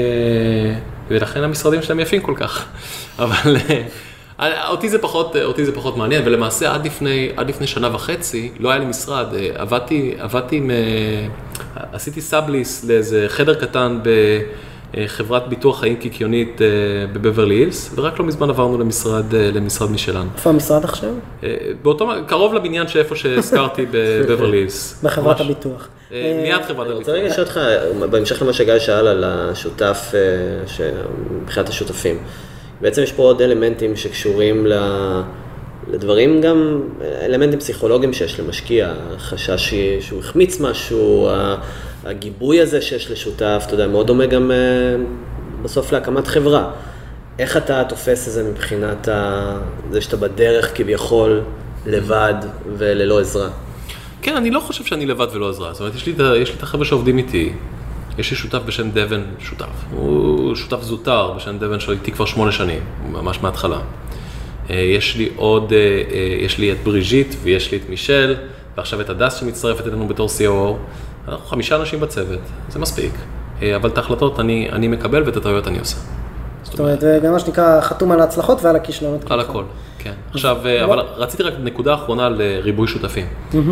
ולכן המשרדים שלהם יפים כל כך, אבל אותי זה פחות, אותי זה פחות מעניין, ולמעשה עד לפני, עד לפני שנה וחצי לא היה לי משרד, עבדתי, עבדתי, עם, עשיתי סאבליס לאיזה חדר קטן בחברת ביטוח חיים קיקיונית בבברלי הילס, ורק לא מזמן עברנו למשרד, למשרד משלנו. איפה המשרד עכשיו? באותו, קרוב לבניין שאיפה שהזכרתי בבברלי הילס. בחברת הביטוח. מיד חברת הביטוח. אני רוצה רגע לשאול אותך, בהמשך למה שגיא שאל על השותף, מבחינת השותפים. בעצם יש פה עוד אלמנטים שקשורים לדברים, גם אלמנטים פסיכולוגיים שיש למשקיע, חשש שהוא החמיץ משהו, הגיבוי הזה שיש לשותף, אתה יודע, מאוד דומה גם בסוף להקמת חברה. איך אתה תופס את זה מבחינת זה שאתה בדרך כביכול לבד וללא עזרה? כן, אני לא חושב שאני לבד ולא עזרה. זאת אומרת, יש לי, יש לי את החבר'ה שעובדים איתי. יש לי שותף בשם דבן, שותף. הוא שותף זוטר בשם דבן שאיתי כבר שמונה שנים, ממש מההתחלה. יש לי עוד, יש לי את בריז'יט ויש לי את מישל, ועכשיו את הדס שמצטרפת אלינו בתור סי או או. אנחנו חמישה אנשים בצוות, זה מספיק. אבל את ההחלטות אני, אני מקבל ואת הטעויות אני עושה. זאת אומרת, גם מה שנקרא חתום על ההצלחות ועל הכישלונות. על הכל, כן. עכשיו, אבל רציתי רק נקודה אחרונה לריבוי שותפים.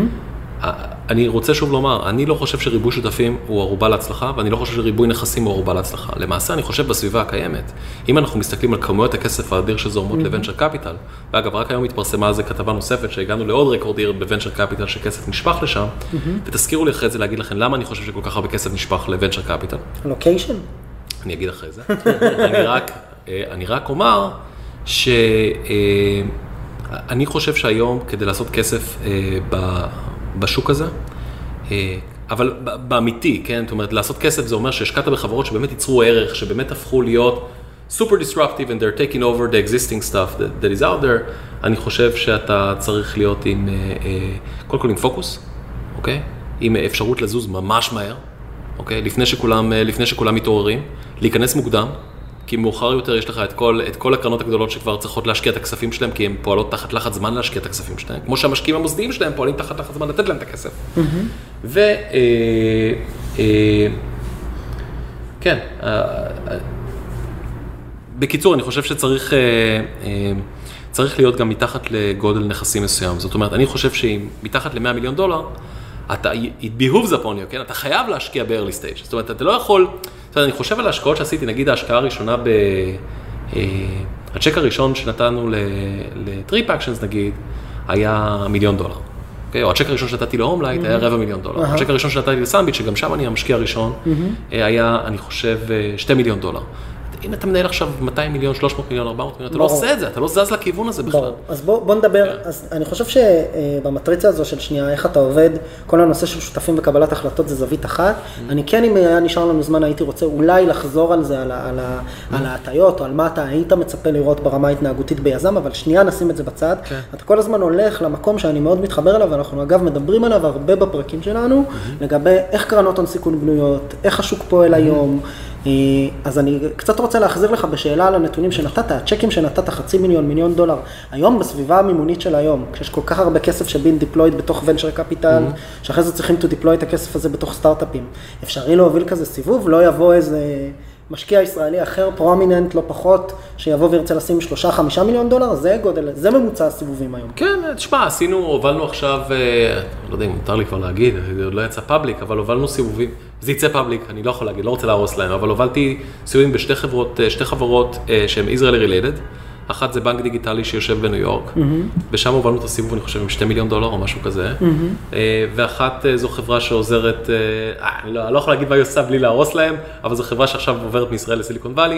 אני רוצה שוב לומר, אני לא חושב שריבוי שותפים הוא ערובה להצלחה, ואני לא חושב שריבוי נכסים הוא ערובה להצלחה. למעשה, אני חושב בסביבה הקיימת, אם אנחנו מסתכלים על כמויות הכסף האדיר שזורמות לוונצ'ר קפיטל, ואגב, רק היום התפרסמה על זה כתבה נוספת, שהגענו לעוד רקורד עיר בוונצ'ר קפיטל שכסף נשפך לשם, ותזכירו לי אחרי זה להגיד לכם למה אני חושב שכל כך הרבה כסף נשפך לוונצ'ר קפיטל. לוקיישן? אני אגיד אחרי זה. אני רק, אני רק אומר שאני חושב שהיום, כדי לעשות כסף בשוק הזה, אבל באמיתי, כן? זאת אומרת, לעשות כסף זה אומר שהשקעת בחברות שבאמת ייצרו ערך, שבאמת הפכו להיות super disruptive and they're taking over the existing stuff that, that is out there. אני חושב שאתה צריך להיות עם, קודם כל עם פוקוס, אוקיי? עם אפשרות לזוז ממש מהר, אוקיי? לפני שכולם, לפני שכולם מתעוררים, להיכנס מוקדם, כי מאוחר יותר יש לך את כל, את כל הקרנות הגדולות שכבר צריכות להשקיע את הכספים שלהם, כי הן פועלות תחת לחץ זמן להשקיע את הכספים שלהם, כמו שהמשקיעים המוסדיים שלהם פועלים תחת לחץ זמן לתת להם את הכסף. ו... כן, בקיצור, אני חושב שצריך צריך להיות גם מתחת לגודל נכסים מסוים. זאת אומרת, אני חושב שאם מתחת ל-מאה מיליון דולר, אתה, it behoves upon you, כן? אתה חייב להשקיע ב-early stage. זאת אומרת, אתה לא יכול... זאת אומרת, אני חושב על ההשקעות שעשיתי, נגיד ההשקעה הראשונה ב... הצ'ק הראשון שנתנו ל-Trip Actions, נגיד, היה מיליון דולר. או הצ'ק הראשון שנתתי ל-Homelite היה רבע מיליון דולר. הצ'ק הראשון שנתתי לסנביט, שגם שם אני המשקיע הראשון, היה, אני חושב, שתי מיליון דולר. אם אתה מנהל עכשיו מאתיים מיליון, שלוש מאות מיליון, ארבע מאות מיליון, אתה לא עושה את זה, אתה לא זז לכיוון הזה בכלל. אז בוא נדבר, אז אני חושב שבמטריצה הזו של שנייה, איך אתה עובד, כל הנושא של שותפים וקבלת החלטות זה זווית אחת. אני כן, אם היה נשאר לנו זמן, הייתי רוצה אולי לחזור על זה, על ההטיות, או על מה אתה היית מצפה לראות ברמה ההתנהגותית ביזם, אבל שנייה נשים את זה בצד. אתה כל הזמן הולך למקום שאני מאוד מתחבר אליו, ואנחנו אגב מדברים עליו הרבה בפרקים שלנו, לגבי איך קרנות הון סיכון בנויות, איך השוק פועל היום. אז אני קצת רוצה להחזיר לך בשאלה על הנתונים שנתת, הצ'קים שנתת חצי מיליון, מיליון דולר, היום בסביבה המימונית של היום, כשיש כל כך הרבה כסף שבין דיפלויד בתוך ונצ'ר קפיטל, שאחרי זה צריכים to deploy את הכסף הזה בתוך סטארט-אפים. אפשרי להוביל כזה סיבוב, לא יבוא איזה משקיע ישראלי אחר, פרומיננט, לא פחות, שיבוא וירצה לשים שלושה, חמישה מיליון דולר, זה גודל, זה ממוצע הסיבובים היום. כן, תשמע, עשינו, הובלנו עכשיו, לא יודע אם מותר לי כבר להגיד, זה עוד לא יצא פאבליק, אבל הובלנו סיבובים, זה יצא פאבליק, אני לא יכול להגיד, לא רוצה להרוס להם, אבל הובלתי סיבובים בשתי חברות, שתי חברות שהן Israeli related, אחת זה בנק דיגיטלי שיושב בניו יורק, ושם הובלנו את הסיבוב, אני חושב, עם שתי מיליון דולר או משהו כזה, ואחת זו חברה שעוזרת, אני לא יכול להגיד מה היא עושה בלי להרוס להם, אבל זו חברה שעכשיו עוברת מישראל לסיליקון ואלי,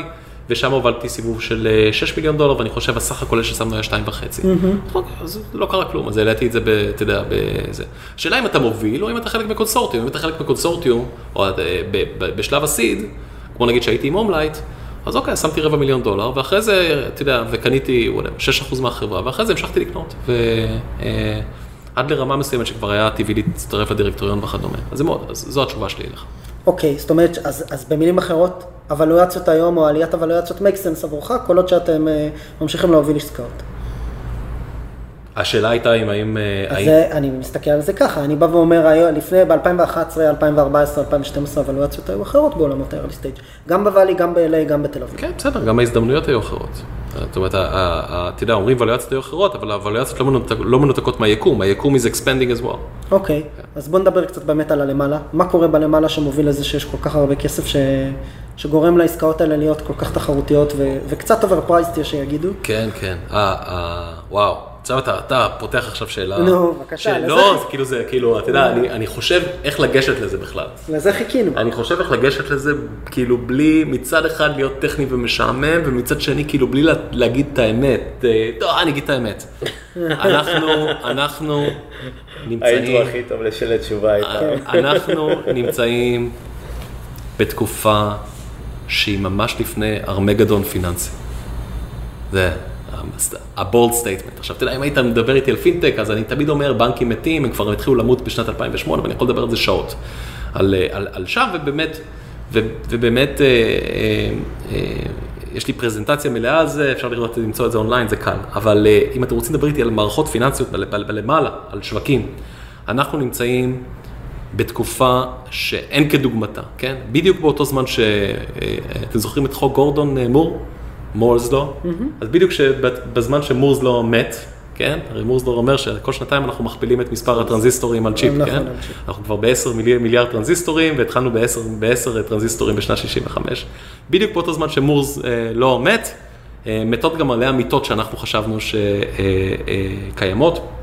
ושם הובלתי סיבוב של שישה מיליון דולר, ואני חושב הסך הכולל ששמנו היה שתיים וחצי. אז לא קרה כלום, אז העליתי את זה, אתה יודע, בזה. השאלה אם אתה מוביל, או אם אתה חלק בקונסורטיום. אם אתה חלק בקונסורטיום, או בשלב הסיד, כמו נגיד שהייתי עם הומלייט, אז אוקיי, שמתי רבע מיליון דולר, ואחרי זה, אתה יודע, וקניתי שש אחוז מהחברה, ואחרי זה המשכתי לקנות. ועד לרמה מסוימת שכבר היה טבעי להצטרף לדירקטוריון וכדומה. אז זו התשובה שלי אליך. אוקיי, זאת אומרת, אז, אז במילים אחרות, אבלואציות היום או עליית אבלואציות make sense עבורך, כל עוד שאתם ממשיכים להוביל עסקאות. השאלה הייתה אם האם... אז זה, אני מסתכל על זה ככה, אני בא ואומר, לפני ב-אלפיים ואחת עשרה, אלפיים וארבע עשרה, אלפיים ושתים עשרה אבלואציות היו אחרות בעולמות ה-early stage, גם בוואלי, גם ב-אל איי, גם בתל אביב. כן, בסדר, גם ההזדמנויות היו אחרות. זאת אומרת, אתה יודע, אומרים אבלואציות היו אחרות, אבל האבלואציות לא מנותקות מהיקום, היקום is expanding as well. אוקיי, אז בוא נדבר קצת באמת על הלמעלה. מה קורה בלמעלה שמוביל לזה שיש כל כך הרבה כסף ש... שגורם לעסקאות האלה להיות כל כך תחרותיות ו... וקצת overpriced יש שיגידו? כן, כן. אה, אה, וואו. עכשיו אתה, אתה פותח עכשיו שאלה... נו, בבקשה, לזה... לא, זה כאילו, זה כאילו, אתה יודע, אני, אני חושב איך לגשת לזה בכלל. לזה חיכינו. אני חושב איך לגשת לזה, כאילו, בלי מצד אחד להיות טכני ומשעמם, ומצד שני, כאילו, בלי לה, להגיד את האמת. טוב, אני אגיד את האמת. אנחנו, אנחנו נמצאים... היית הכי טוב לשאלת תשובה איתה. אנחנו נמצאים בתקופה שהיא ממש לפני ארמגדון פיננסי. זה... הבולד סטייטמנט. עכשיו, תדע, אם היית מדבר איתי על פינטק, אז אני תמיד אומר, בנקים מתים, הם כבר התחילו למות בשנת אלפיים ושמונה, ואני יכול לדבר על זה שעות. על, על, על שם, ובאמת, ו, ובאמת, אה, אה, יש לי פרזנטציה מלאה על זה, אפשר לראות, למצוא את זה אונליין, זה קל. אבל אה, אם אתם רוצים לדבר איתי על מערכות פיננסיות בלמעלה, על שווקים, אנחנו נמצאים בתקופה שאין כדוגמתה, כן? בדיוק באותו זמן שאתם זוכרים את חוק גורדון מור? מורסלו, אז בדיוק בזמן שמורסלו מת, כן? הרי מורסלו אומר שכל שנתיים אנחנו מכפילים את מספר הטרנזיסטורים על צ'יפ, כן? אנחנו כבר בעשר מיליארד טרנזיסטורים, והתחלנו בעשר טרנזיסטורים בשנת שישים וחמש. בדיוק באותו זמן שמורס לא מת, מתות גם עליה מיטות שאנחנו חשבנו שקיימות.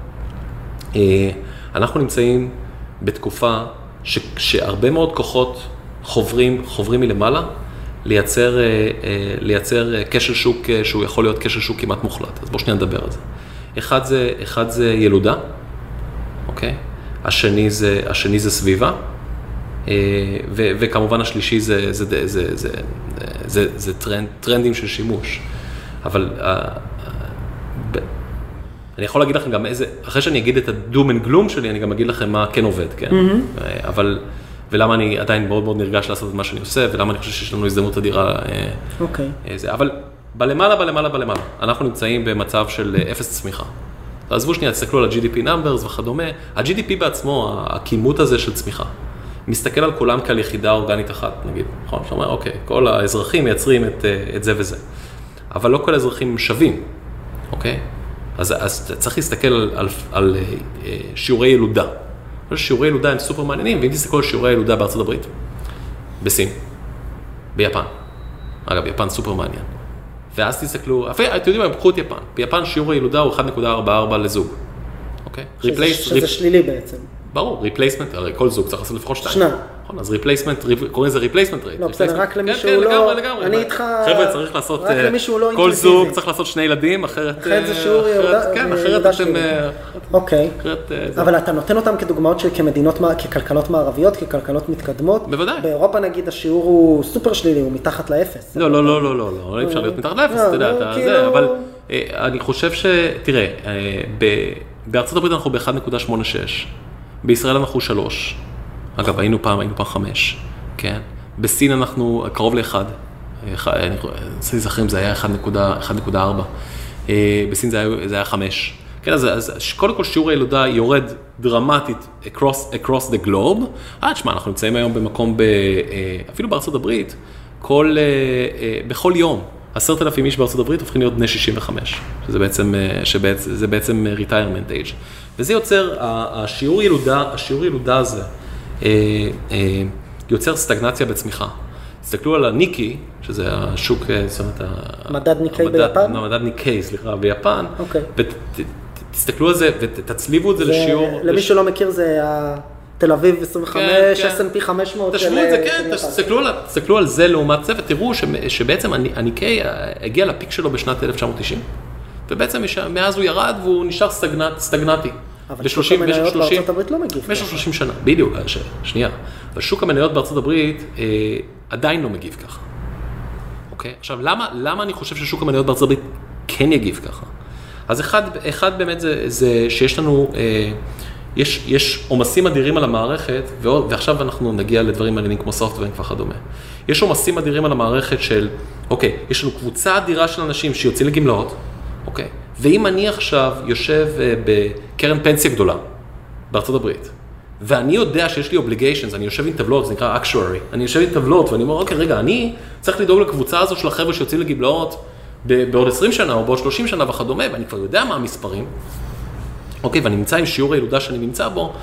אנחנו נמצאים בתקופה שהרבה מאוד כוחות חוברים, חוברים מלמעלה, לייצר, לייצר כשל שוק שהוא יכול להיות כשל שוק כמעט מוחלט. אז בואו שניה נדבר על זה. אחד זה, אחד זה ילודה, אוקיי? השני זה, השני זה סביבה, ו, וכמובן השלישי זה, זה, זה, זה, זה, זה, זה טרנד, טרנדים של שימוש. אבל אני יכול להגיד לכם גם איזה, אחרי שאני אגיד את הדום אנד גלום שלי, אני גם אגיד לכם מה כן עובד, כן? אבל... ולמה אני עדיין מאוד מאוד נרגש לעשות את מה שאני עושה, ולמה אני חושב שיש לנו הזדמנות אדירה. אוקיי. זה. אבל בלמעלה, בלמעלה, בלמעלה, אנחנו נמצאים במצב של אפס צמיחה. תעזבו שנייה, תסתכלו על ה-ג'י די פי numbers וכדומה. ה-ג'י די פי בעצמו, הכימות הזה של צמיחה, מסתכל על כולם כעל יחידה אורגנית אחת, נגיד. נכון? שאומר, אוקיי, כל האזרחים מייצרים את, את זה וזה. אבל לא כל האזרחים שווים, אוקיי? אז, אז צריך להסתכל על, על, על שיעורי ילודה. שיעורי ילודה הם סופר מעניינים, ואם תסתכלו על שיעורי ילודה בארצות הברית, בסין, ביפן, אגב, יפן סופר מעניין, ואז תסתכלו, אתם יודעים מה, הם פקחו את יפן, ביפן שיעור הילודה הוא אחת נקודה ארבע ארבע לזוג, אוקיי? שזה, שזה שלילי בעצם. ברור, ריפלייסמנט, הרי כל זוג צריך לעשות לפחות שתיים. שניים. נכון, אז ריפלייסמנט, קוראים לזה ריפלייסמנט רייט. לא, בסדר, רק למישהו לא... לגמרי, לגמרי. אני איתך... חבר'ה, צריך לעשות... רק למישהו לא כל זוג צריך לעשות שני ילדים, אחרת... אחרת זה שיעור ילודה... כן, אחרת אתם... אוקיי. אבל אתה נותן אותם כדוגמאות של כמדינות, ככלכלות מערביות, ככלכלות מתקדמות. בוודאי. באירופה נגיד השיעור הוא סופר שלילי, הוא מתחת לאפס. לא, לא, לא, לא, לא, לא, אי אפשר להיות מתחת לאפס, אתה יודע, אתה זה, אבל אני חושב ש... תראה, בארצות הברית אנחנו ב-אחת נקודה שמונים ושש. בישראל אנחנו שלוש. אגב, היינו פעם, היינו פעם חמש. כן? בסין אנחנו קרוב לאחד. אני רוצה לזכרים, זה היה אחת נקודה ארבע. בסין זה היה, זה היה חמש. כן, אז, אז קודם כל שיעור הילודה יורד דרמטית across, across the globe. אה, תשמע, אנחנו נמצאים היום במקום, ב, אפילו בארצות הברית, כל, בכל יום, עשרת אלפים איש בארצות הברית הופכים להיות בני שישים וחמש. שזה בעצם, שבעצם, זה בעצם retirement age. וזה יוצר, השיעור ילודה, השיעור ילודה הזה, יוצר סטגנציה בצמיחה. תסתכלו על הניקי, שזה השוק, זאת אומרת, מדד ניקי ביפן? מדד ניקי, סליחה, ביפן. אוקיי. ותסתכלו על זה ותצליבו את זה לשיעור... למי שלא מכיר זה ה... תל אביב עשרים וחמש, אס אנד פי חמש מאות. תשמעו את זה, כן, תסתכלו על זה לעומת זה, ותראו שבעצם הניקיי הגיע לפיק שלו בשנת אלף תשע מאות תשעים, ובעצם מאז הוא ירד והוא נשאר סטגנטי. אבל שוק המניות בארצות הברית לא מגיב. במשך שלושים שנה, בדיוק, שנייה. אבל שוק המניות בארצות הברית עדיין לא מגיב ככה. אוקיי? עכשיו, למה אני חושב ששוק המניות בארצות הברית כן יגיב ככה? אז אחד, אחד באמת זה, זה שיש לנו, אה, יש, יש עומסים אדירים על המערכת, ועוד, ועכשיו אנחנו נגיע לדברים מעניינים כמו סופטוור וכדומה. יש עומסים אדירים על המערכת של, אוקיי, יש לנו קבוצה אדירה של אנשים שיוצאים לגמלאות, אוקיי? ואם אני עכשיו יושב אה, בקרן פנסיה גדולה בארצות הברית, ואני יודע שיש לי obligations, אני יושב עם טבלות, זה נקרא actuary, אני יושב עם טבלות, ואני אומר, אוקיי, רגע, אני צריך לדאוג לקבוצה הזו של החבר'ה שיוצאים לגמלאות, בעוד עשרים שנה או בעוד שלושים שנה וכדומה, ואני כבר יודע מה המספרים, אוקיי, ואני נמצא עם שיעור הילודה שאני נמצא בו,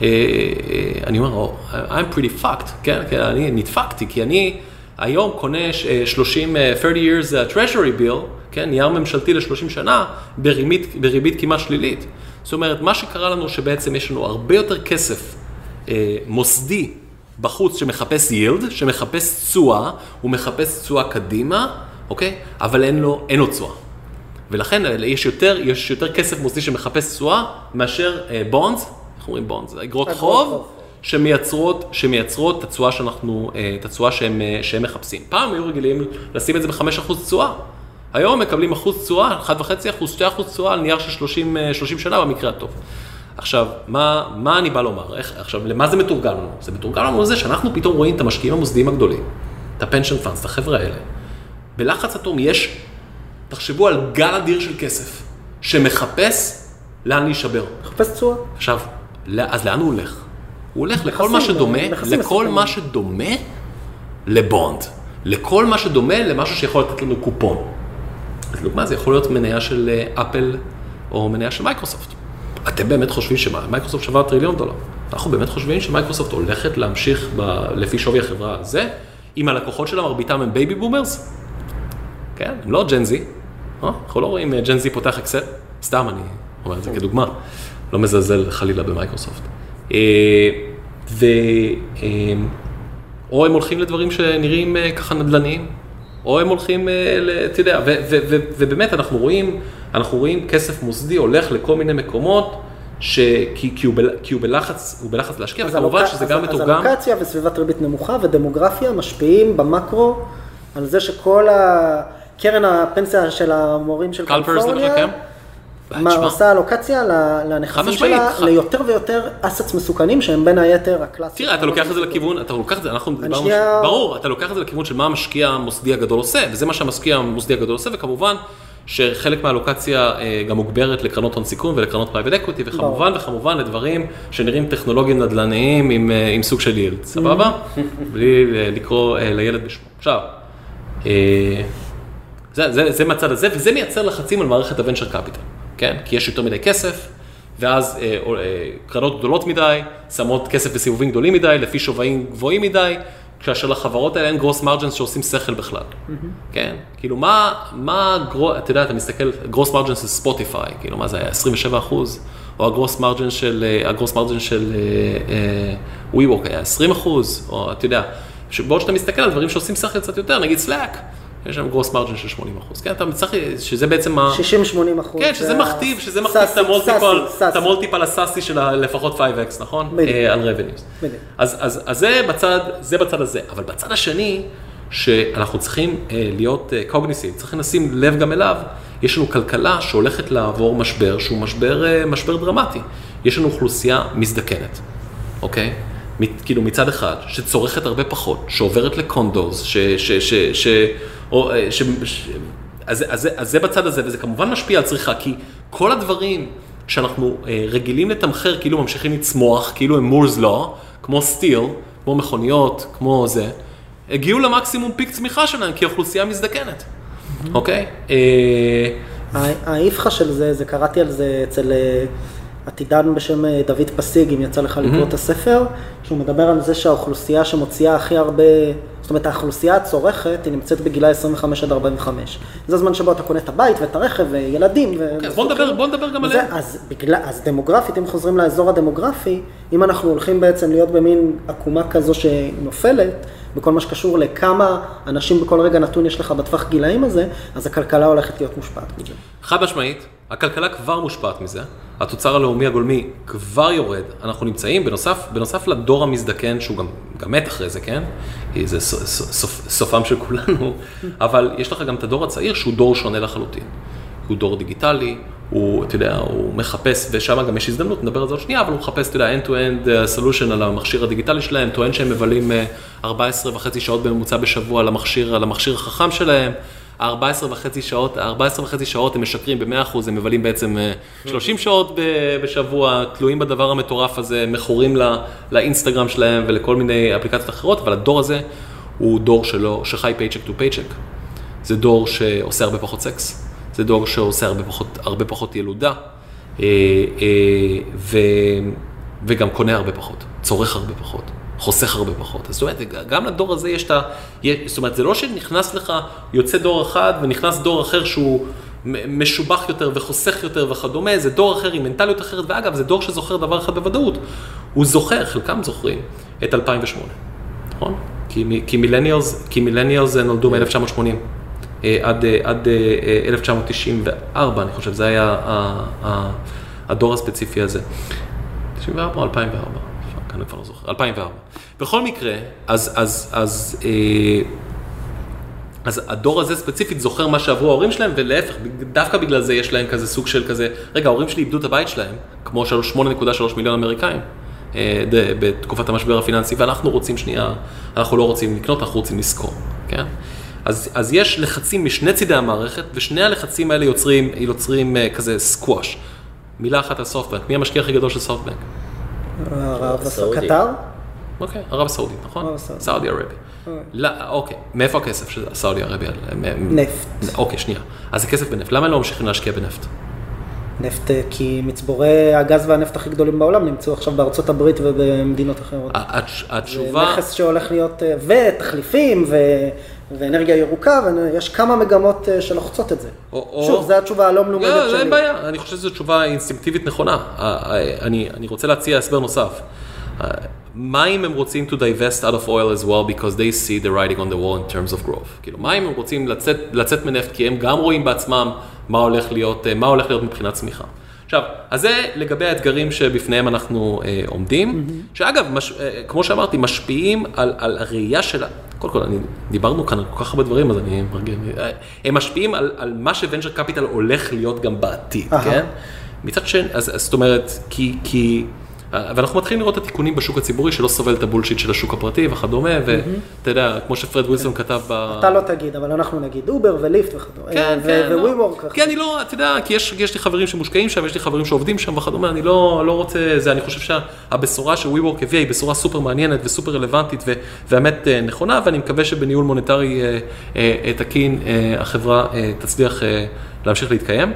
אני אומר, I'm pretty fucked, כן, אני נדפקתי, כי אני היום קונה שלושים, thirty years treasury bill, כן, נייר ממשלתי ל-שלושים שנה, בריבית, בריבית כמעט שלילית. זאת אומרת, מה שקרה לנו שבעצם יש לנו הרבה יותר כסף מוסדי בחוץ שמחפש yield, שמחפש תשואה, הוא מחפש תשואה קדימה, אוקיי? אבל אין לו, אין לו תשואה. ולכן יש יותר, יש יותר כסף מוסדי שמחפש תשואה, מאשר בונדס, איך אומרים בונדס? אגרות חוב, שמייצרות, שמייצרות את התשואה שאנחנו, את התשואה שהם, שהם מחפשים. פעם היו רגילים לשים את זה ב-חמישה אחוז תשואה. היום מקבלים אחוז תשואה, אחד וחצי אחוז, שני אחוז תשואה על נייר של שלושים, שלושים שנה במקרה הטוב. עכשיו, מה, מה אני בא לומר? איך, עכשיו, למה זה מתורגל לנו? זה מתורגל לנו לזה שאנחנו פתאום רואים את המשקיעים המוסדיים הגדולים, את הפנשן פאנדס, את החבר'ה האלה. בלחץ אטום יש, תחשבו על גל אדיר של כסף, שמחפש לאן להישבר. מחפש תשואה. עכשיו, אז לאן הוא הולך? הוא הולך לכל מה שדומה, לכל מה שדומה לבונד. לכל מה שדומה למשהו שיכול לתת לנו קופון. אז לדוגמה, זה יכול להיות מניה של אפל או מניה של מייקרוסופט. אתם באמת חושבים שמייקרוסופט שווה טריליון דולר. אנחנו באמת חושבים שמייקרוסופט הולכת להמשיך ב... לפי שווי החברה הזה, אם הלקוחות שלה מרביתם הם בייבי בומרס, כן, הם לא ג'נזי, אה? אנחנו לא רואים ג'נזי פותח אקסל, סתם אני אומר את זה כדוגמה, לא מזלזל חלילה במייקרוסופט. ו... או הם הולכים לדברים שנראים ככה נדלניים, או הם הולכים, אתה יודע, ו- ו- ו- ובאמת אנחנו רואים, אנחנו רואים כסף מוסדי הולך לכל מיני מקומות, ש- כי, כי, הוא בל- כי הוא בלחץ, הוא בלחץ להשקיע, וכמובן שזה גם מתורגם. אז אלוקציה וסביבת ריבית נמוכה ודמוגרפיה משפיעים במקרו על זה שכל הקרן הפנסיה של המורים של קליפורניה, מה עושה אלוקציה לנכסים שלה, ליותר ויותר אסטס מסוכנים, שהם בין היתר הקלאסיים. תראה, אתה לוקח את זה לכיוון, אתה לוקח את זה, אנחנו דיברנו, ברור, אתה לוקח את זה לכיוון של מה המשקיע המוסדי הגדול עושה, וזה מה שהמשקיע המוסדי הגדול עושה, וכמובן שחלק מהאלוקציה גם מוגברת לקרנות הון סיכון ולקרנות פרייבט אקוויטי, וכמובן וכמובן לדברים שנראים טכנולוגיים נדל"ניים עם סוג של יילד, סבבה? בלי לקרוא לילד בשמו. עכשיו, זה מהצד הזה, וזה מייצר לחצים על מערכת הוונצ'ר קפיטל. כן? כי יש יותר מדי כסף, ואז אה, אה, קרנות גדולות מדי, שמות כסף בסיבובים גדולים מדי, לפי שווים גבוהים מדי, כאשר לחברות האלה אין גרוס מרג'נס שעושים שכל בכלל. Mm-hmm. כן? כאילו, מה, מה, אתה יודע, אתה מסתכל, גרוס מרג'נס של ספוטיפיי, כאילו, מה זה היה, עשרים ושבעה אחוז, או הגרוס מרג'נס של, הגרוס מרג'נס של WeWork היה עשרים אחוז, או אתה יודע, בעוד שאתה מסתכל על דברים שעושים שכל קצת יותר, נגיד Slack, יש שם גרוס מרג'ן של שמונים אחוז, כן, אתה צריך, שזה בעצם מה... שישים שמונים אחוז. כן, שזה מכתיב, שזה מכתיב את המולטיפל הסאסי של לפחות חמש אקס, נכון? בדיוק. על revenues. בדיוק. אז זה בצד, זה בצד הזה, אבל בצד השני, שאנחנו צריכים להיות קוגניסיב, צריכים לשים לב גם אליו, יש לנו כלכלה שהולכת לעבור משבר, שהוא משבר, משבר דרמטי. יש לנו אוכלוסייה מזדקנת, אוקיי? כאילו מצד אחד, שצורכת הרבה פחות, שעוברת לקונדוס, ש... ש... ש... ש... או, ש... ש... אז, אז, אז זה בצד הזה, וזה כמובן משפיע על צריכה, כי כל הדברים שאנחנו רגילים לתמחר, כאילו ממשיכים לצמוח, כאילו הם מורס לא, כמו סטיל, כמו מכוניות, כמו זה, הגיעו למקסימום פיק צמיחה שלהם, כי האוכלוסייה מזדקנת, אוקיי? האיפכה של זה, זה קראתי על זה אצל עתידן בשם דוד פסיג, אם יצא לך לקרוא את הספר, שהוא מדבר על זה שהאוכלוסייה שמוציאה הכי הרבה, זאת אומרת, האוכלוסייה הצורכת, היא נמצאת בגילה עשרים וחמש עד ארבעים וחמש. זה הזמן שבו אתה קונה את הבית ואת הרכב וילדים. אז בוא נדבר, בוא נדבר גם עליהם. אז, בגלל, אז דמוגרפית, אם חוזרים לאזור הדמוגרפי, אם אנחנו הולכים בעצם להיות במין עקומה כזו שנופלת, בכל מה שקשור לכמה אנשים בכל רגע נתון יש לך בטווח גילאים הזה, אז הכלכלה הולכת להיות מושפעת מזה. חד משמעית, הכלכלה כבר מושפעת מזה, התוצר הלאומי הגולמי כבר יורד, אנחנו נמצאים בנוסף, בנוסף לדור המזדקן, שהוא גם, גם מת אחרי זה, כן? זה סוף, סופם של כולנו, אבל יש לך גם את הדור הצעיר שהוא דור שונה לחלוטין. הוא דור דיגיטלי, הוא, אתה יודע, הוא מחפש, ושם גם יש הזדמנות, נדבר על זה עוד שנייה, אבל הוא מחפש, אתה יודע, end-to-end solution על המכשיר הדיגיטלי שלהם, טוען שהם מבלים ארבע עשרה וחצי שעות בממוצע בשבוע על המכשיר, על המכשיר החכם שלהם, ארבע עשרה וחצי שעות, ארבע עשרה וחצי שעות הם משקרים ב-מאה אחוז, הם מבלים בעצם שלושים שעות בשבוע, תלויים בדבר המטורף הזה, מכורים לאינסטגרם שלהם ולכל מיני אפליקציות אחרות, אבל הדור הזה הוא דור שלו, שחי paycheck to paycheck. זה דור שעושה הרבה פחות סקס. זה דור שעושה הרבה פחות, הרבה פחות ילודה, ו, וגם קונה הרבה פחות, צורך הרבה פחות, חוסך הרבה פחות. זאת אומרת, גם לדור הזה יש את ה... זאת אומרת, זה לא שנכנס לך, יוצא דור אחד ונכנס דור אחר שהוא משובח יותר וחוסך יותר וכדומה, זה דור אחר עם מנטליות אחרת, ואגב, זה דור שזוכר דבר אחד בוודאות. הוא זוכר, חלקם זוכרים, את אלפיים ושמונה, נכון? כי, כי מילניאלס, כי מילניאלס נולדו מ-אלף תשע מאות שמונים. עד, עד אלף תשע מאות תשעים וארבע, אני חושב, זה היה הדור הספציפי הזה. תשעים וארבע או אלפיים וארבע? אני כבר לא זוכר, אלפיים וארבע. בכל מקרה, אז, אז, אז, אז הדור הזה ספציפית זוכר מה שעברו ההורים שלהם, ולהפך, דווקא בגלל זה יש להם כזה סוג של כזה, רגע, ההורים שלי איבדו את הבית שלהם, כמו שמונה נקודה שלוש מיליון אמריקאים, בתקופת המשבר הפיננסי, ואנחנו רוצים שנייה, אנחנו לא רוצים לקנות, אנחנו רוצים לזכור, כן? אז, אז יש לחצים משני צידי המערכת, ושני הלחצים האלה יוצרים, יוצרים uh, כזה סקווש. מילה אחת על סופטבנק. מי המשקיע הכי גדול של סופטבנק? ערב הסעודית. קטר? אוקיי, ערב הסעודית, נכון? סעודי ערביה. לא, אוקיי, מאיפה הכסף של סעודי ערביה? נפט. אוקיי, שנייה. אז הכסף בנפט. למה הם לא ממשיכים להשקיע בנפט? נפט, כי מצבורי הגז והנפט הכי גדולים בעולם נמצאו עכשיו בארצות הברית ובמדינות אחרות. התשובה... זה נכס שהולך להיות, ותחליפים, ו... ואנרגיה ירוקה, ויש כמה מגמות שלוחצות את זה. שוב, זו התשובה הלא מלומדת שלי. לא, אין בעיה, אני חושב שזו תשובה אינסטינקטיבית נכונה. אני רוצה להציע הסבר נוסף. מה אם הם רוצים to divest out of oil as well because they see the writing on the wall in terms of growth? כאילו, מה אם הם רוצים לצאת, לצאת מנפט כי הם גם רואים בעצמם מה הולך להיות, מה הולך להיות מבחינת צמיחה. עכשיו, אז זה לגבי האתגרים שבפניהם אנחנו אה, עומדים, mm-hmm. שאגב, מש, אה, כמו שאמרתי, משפיעים על, על הראייה שלה. קודם כל, אני, דיברנו כאן על כל כך הרבה דברים, אז אני מרגיש, הם משפיעים על, על מה שוונצ'ר קפיטל הולך להיות גם בעתיד, uh-huh. כן? מצד שני, אז, אז זאת אומרת, כי, כי, ואנחנו מתחילים לראות את התיקונים בשוק הציבורי, שלא סובל את הבולשיט של השוק הפרטי וכדומה, ואתה יודע, כמו שפרד ווילסון כתב ב... אתה לא תגיד, אבל אנחנו נגיד אובר וליפט וכדומה, וויוורק. כן, אני לא, אתה יודע, כי יש לי חברים שמושקעים שם, יש לי חברים שעובדים שם וכדומה, אני לא רוצה, זה, אני חושב שהבשורה שוויוורק הביאה היא בשורה סופר מעניינת וסופר רלוונטית ובאמת נכונה, ואני מקווה שבניהול מוניטרי תקין, החברה תצליח להמשיך להתקיים.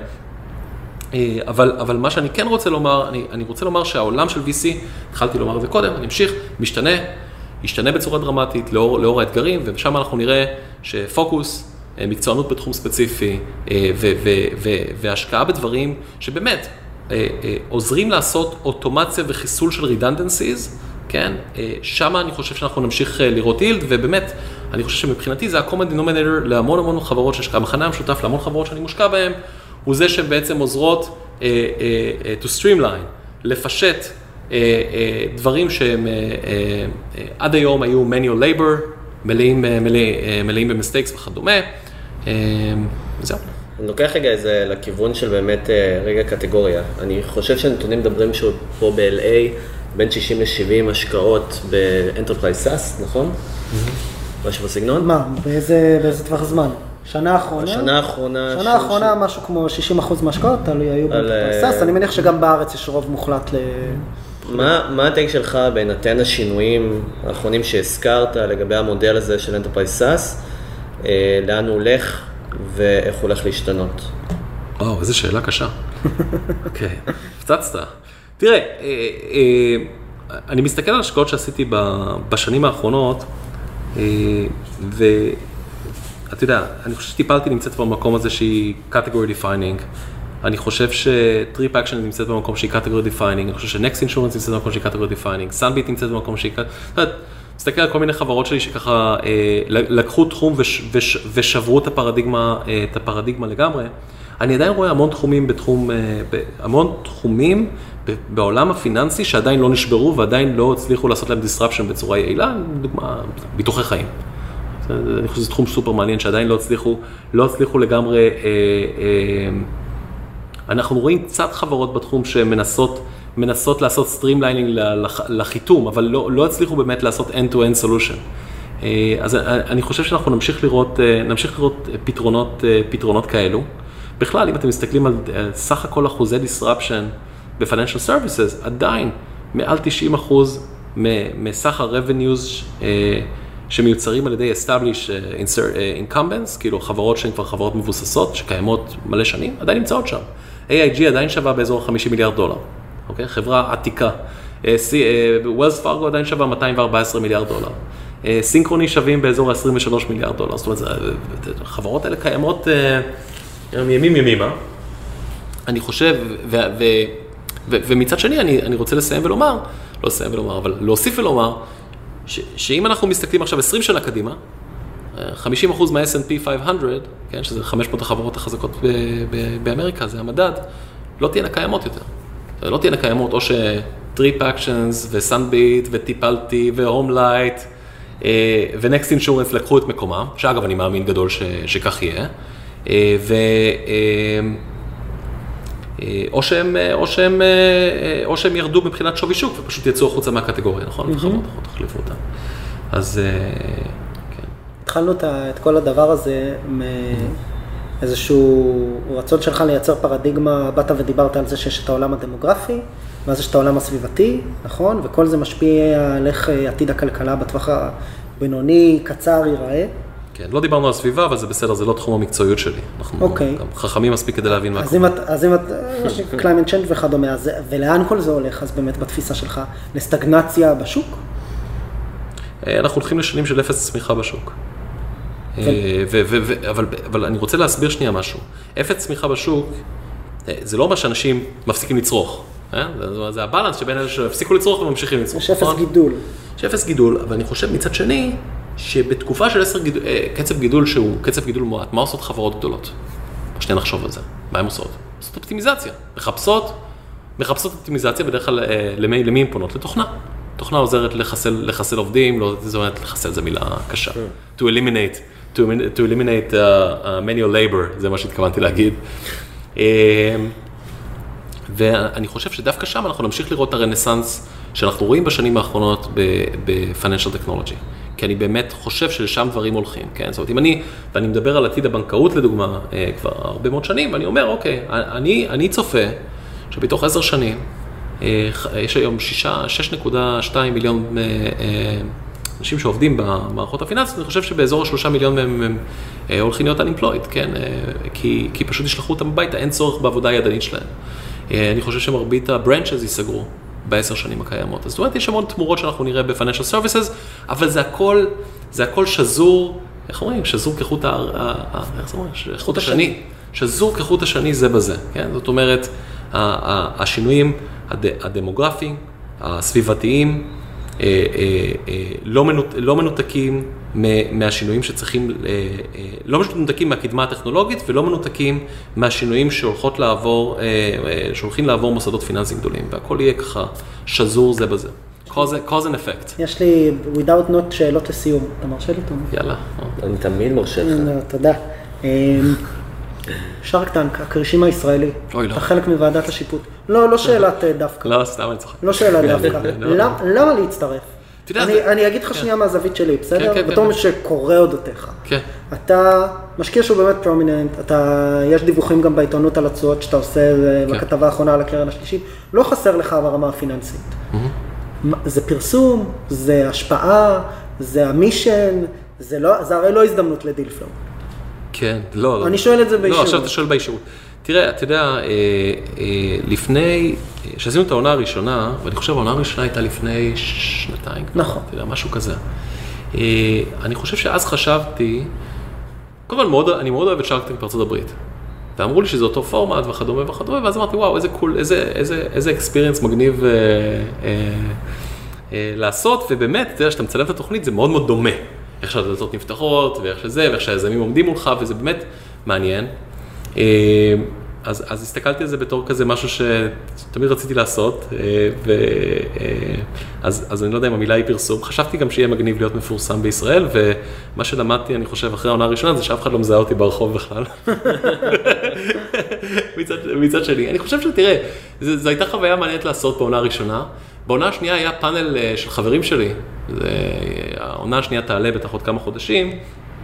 אבל, אבל מה שאני כן רוצה לומר, אני, אני רוצה לומר שהעולם של וי סי, התחלתי לומר את זה קודם, אני אמשיך, משתנה, ישתנה בצורה דרמטית לאור, לאור האתגרים, ושם אנחנו נראה שפוקוס, מקצוענות בתחום ספציפי, ו, ו, ו, והשקעה בדברים שבאמת עוזרים לעשות אוטומציה וחיסול של redundancies, כן? שם אני חושב שאנחנו נמשיך לראות יילד, ובאמת, אני חושב שמבחינתי זה ה-common denominator להמון המון חברות שהשקעה, המחנה המשותף להמון חברות שאני מושקע בהן, הוא זה שבעצם עוזרות uh, uh, to streamline, לפשט uh, uh, דברים שהם uh, uh, עד היום היו manual labor, מלאים, uh, מלאים, uh, מלאים במיסטייקס וכדומה. Uh, זהו. אני לוקח רגע איזה לכיוון של באמת uh, רגע קטגוריה. אני חושב שהנתונים מדברים פה ב-אל איי בין שישים ל-שבעים השקעות ב-Enterprise SaaS, נכון? Mm-hmm. משהו בסגנון? מה? באיזה, באיזה טווח זמן? שנה האחרונה? שנה האחרונה. שנה האחרונה, משהו כמו שישים אחוז מהשקעות, תלוי היו באנטרפרייס. אני מניח שגם בארץ יש רוב מוחלט ל... מה הטייק שלך בהינתן השינויים האחרונים שהזכרת לגבי המודל הזה של אנטרפרייס סאס, לאן הוא הולך ואיך הוא הולך להשתנות? וואו, איזו שאלה קשה. אוקיי, הפצצת. תראה, אני מסתכל על השקעות שעשיתי בשנים האחרונות, ואתה יודע, אני חושב שטיפלתי נמצאת במקום הזה שהיא category defining, אני חושב ש-Trip Action נמצאת במקום שהיא category defining, אני חושב ש-Next Insurance נמצאת במקום שהיא category defining, Sunbeat נמצאת במקום שהיא category, מסתכל על כל מיני חברות שלי שככה לקחו תחום ושברו את הפרדיגמה, את הפרדיגמה לגמרי. אני עדיין רואה המון תחומים בתחום, המון תחומים בעולם הפיננסי שעדיין לא נשברו ועדיין לא הצליחו לעשות להם disruption בצורה יעילה, דוגמה, ביטוחי חיים. אני חושב שזה תחום סופר מעניין שעדיין לא הצליחו, לא הצליחו לגמרי, אנחנו רואים קצת חברות בתחום שמנסות, מנסות לעשות סטרימליינינג לחיתום, אבל לא, לא הצליחו באמת לעשות end-to-end solution. אז אני חושב שאנחנו נמשיך לראות, נמשיך לראות פתרונות, פתרונות כאלו. בכלל, אם אתם מסתכלים על סך הכל אחוזי disruption ב-financial services, עדיין מעל תשעים אחוז מסך ה-revenues שמיוצרים על ידי established incumbents, כאילו חברות שהן כבר חברות מבוססות, שקיימות מלא שנים, עדיין נמצאות שם. איי איי ג'י עדיין שווה באזור חמישים מיליארד דולר. אוקיי? חברה עתיקה. Wells Fargo עדיין שווה מאתיים וארבע עשרה מיליארד דולר. סינכרוני שווים באזור עשרים ושלושה מיליארד דולר. זאת אומרת, החברות האלה קיימות ימים ימימה. אני חושב, ומצד שני אני רוצה לסיים ולומר, לא לסיים ולומר, אבל להוסיף ולומר, שאם אנחנו מסתכלים עכשיו עשרים שנה קדימה, חמישים אחוז מה-אס אנד פי חמש מאות, כן, שזה חמש מאות החברות החזקות באמריקה, זה המדד, לא תהיינה קיימות יותר. לא תהיינה קיימות, או ש-Trip Actions ו-Sunbeat וטיפלתי ו-Homelight ו-Next Insurance לקחו את מקומם, שאגב אני מאמין גדול שכך יהיה, ו... או שהם, או שהם, או שהם ירדו מבחינת שווי שוק ופשוט יצאו החוצה מהקטגוריה, נכון? וחברות אחרות תחליפו אותם. אז כן. התחלנו את כל הדבר הזה מאיזשהו רצון שלך לייצר פרדיגמה, באת ודיברת על זה שיש את העולם הדמוגרפי, ואז יש את העולם הסביבתי, נכון? וכל זה משפיע על איך עתיד הכלכלה בטווח הבינוני, קצר, ייראה. כן, לא דיברנו על סביבה, אבל זה בסדר, זה לא תחום המקצועיות שלי. אנחנו okay. גם חכמים מספיק כדי להבין מה אז קורה. אז אם את, יש climate change וכדומה, אז, ולאן כל זה הולך, אז באמת בתפיסה שלך, לסטגנציה בשוק? אנחנו הולכים לשנים של אפס צמיחה בשוק. ו- ו- ו- ו- אבל, אבל אני רוצה להסביר שנייה משהו. אפס צמיחה בשוק, זה לא מה שאנשים מפסיקים לצרוך. זה, זה הבלנס שבין אלה שהפסיקו לצרוך וממשיכים לצרוך. יש אפס גידול. יש אפס גידול, אבל אני חושב מצד שני, שבתקופה של עשר גידול, קצב גידול שהוא קצב גידול מועט, מה עושות חברות גדולות? שנייה נחשוב על זה. מה הן עושות? עושות אופטימיזציה. מחפשות, מחפשות אופטימיזציה בדרך כלל למי, למי הן פונות? לתוכנה. תוכנה עוזרת לחסל, לחסל עובדים, לא זאת אומרת לחסל זה מילה קשה. To eliminate, to, to eliminate uh, uh, manual labor, זה מה שהתכוונתי להגיד. ואני חושב שדווקא שם אנחנו נמשיך לראות את הרנסנס שאנחנו רואים בשנים האחרונות ב-financial technology. כי אני באמת חושב שלשם דברים הולכים, כן? זאת אומרת, אם אני, ואני מדבר על עתיד הבנקאות לדוגמה, כבר הרבה מאוד שנים, ואני אומר, אוקיי, אני, אני צופה שבתוך עשר שנים, יש היום שש נקודה שתיים מיליון אנשים שעובדים במערכות הפיננסיות, אני חושב שבאזור השלושה מיליון הם הולכים להיות unemployed, כן? כי, כי פשוט ישלחו אותם הביתה, אין צורך בעבודה הידנית שלהם. אני חושב שמרבית ה-branches ייסגרו בעשר שנים הקיימות. אז זאת אומרת, יש המון תמורות שאנחנו נראה ב-financial services, אבל זה הכל, זה הכל שזור, איך אומרים? שזור כחוט ה... איך זה אומרים? כחוט השני. שזור כחוט השני זה בזה, כן? זאת אומרת, השינויים הדמוגרפיים, הסביבתיים, לא מנותקים מהשינויים שצריכים, לא מנותקים מהקדמה הטכנולוגית ולא מנותקים מהשינויים שהולכות לעבור, שהולכים לעבור מוסדות פיננסיים גדולים, והכל יהיה ככה שזור זה בזה. cause and effect. יש לי, without not, שאלות לסיום. אתה מרשה לי, תומר? יאללה. אני תמיד מרשה לך. תודה. שרק טנק, הקרישים הישראלי. אוי, לא. אתה חלק מוועדת השיפוט. לא, לא שאלת דווקא. לא, סתם אני צוחק. לא שאלת דווקא. למה להצטרף? אני אגיד לך שנייה מהזווית שלי, בסדר? בתור מי שקורא אודותיך. כן. אתה משקיע שהוא באמת פרומיננט, יש דיווחים גם בעיתונות על הצועות שאתה עושה בכתבה האחרונה על הקרן השלישית, לא חסר לך ברמה הפיננסית. זה פרסום, זה השפעה, זה המישן, זה הרי לא הזדמנות לדיל פלואו. כן, לא. אני שואל את זה בישירות. לא, עכשיו אתה שואל בישירות. תראה, אתה יודע, אה, אה, לפני, שעשינו את העונה הראשונה, ואני חושב העונה הראשונה הייתה לפני שנתיים. נכון. אתה יודע, משהו כזה. אה, אני חושב שאז חשבתי, קודם כל מאוד, אני מאוד אוהב את שרק טנק בארצות הברית. ואמרו לי שזה אותו פורמט וכדומה וכדומה, ואז אמרתי, וואו, איזה קול, איזה, איזה, איזה אקספיריאנס מגניב אה, אה, אה, לעשות, ובאמת, אתה יודע, שאתה מצלם את התוכנית, זה מאוד מאוד דומה. איך שהדלתות נפתחות, ואיך שזה, ואיך שהיזמים עומדים מולך, וזה באמת מעניין. אז, אז הסתכלתי על זה בתור כזה משהו שתמיד רציתי לעשות, ו, אז, אז אני לא יודע אם המילה היא פרסום. חשבתי גם שיהיה מגניב להיות מפורסם בישראל, ומה שלמדתי, אני חושב, אחרי העונה הראשונה, זה שאף אחד לא מזהה אותי ברחוב בכלל. מצד, מצד שני. אני חושב שתראה, זו, זו הייתה חוויה מעניינת לעשות בעונה הראשונה. בעונה השנייה היה פאנל של חברים שלי. זה, העונה השנייה תעלה בטח עוד כמה חודשים,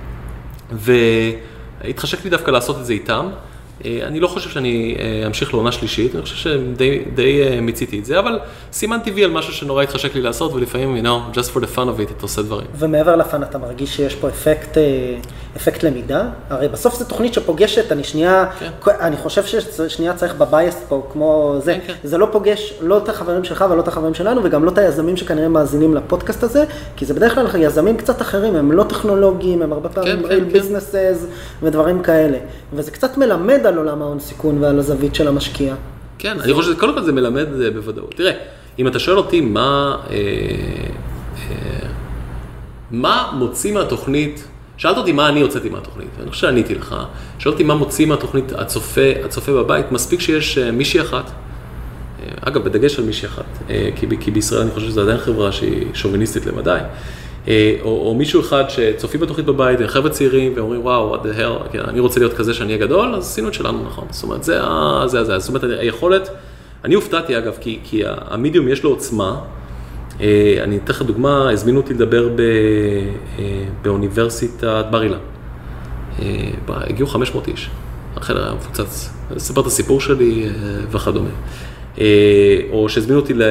והתחשק לי דווקא לעשות את זה איתם. אני לא חושב שאני אמשיך לעונה שלישית, אני חושב שדי די מיציתי את זה, אבל סימן טבעי על משהו שנורא התחשק לי לעשות, ולפעמים, you know, just for the fun of it, אתה עושה דברים. ומעבר לפן, אתה מרגיש שיש פה אפקט, אפקט למידה? הרי בסוף זו תוכנית שפוגשת, אני שנייה, כן. אני חושב ששנייה צריך בבייסט פה, כמו זה, כן, כן. זה לא פוגש לא את החברים שלך ולא את החברים שלנו, וגם לא את היזמים שכנראה מאזינים לפודקאסט הזה, כי זה בדרך כלל יזמים קצת אחרים, הם לא טכנולוגיים, הם הרבה פעמים כן, real businesses כן. ודברים כאלה. וזה קצת מלמד על עולם ההון סיכון ועל הזווית של המשקיע. כן, אני חושב שקודם כל זה מלמד בוודאות. תראה, אם אתה שואל אותי מה, אה, אה, מה מוציא מהתוכנית, שאלת אותי מה אני הוצאתי מהתוכנית, אני חושב שעניתי לך, שאלת אותי מה מוציא מהתוכנית הצופה, הצופה בבית, מספיק שיש מישהי אחת, אגב, בדגש על מישהי אחת, כי, כי בישראל אני חושב שזו עדיין חברה שהיא שוביניסטית למדי, או, או מישהו אחד שצופים בתוכנית בבית, חבר'ה צעירים, ואומרים, וואו, what the hell, אני רוצה להיות כזה שאני אהיה גדול, אז עשינו את שלנו, נכון. זאת אומרת, זה, זה, זה. זאת אומרת, היכולת, אני הופתעתי אגב, כי, כי המדיום יש לו עוצמה, אני אתן לך דוגמה, הזמינו אותי לדבר ב, באוניברסיטת בר אילן. הגיעו חמש מאות איש, החדר היה מפוצץ, לספר את הסיפור שלי וכדומה. או שהזמינו אותי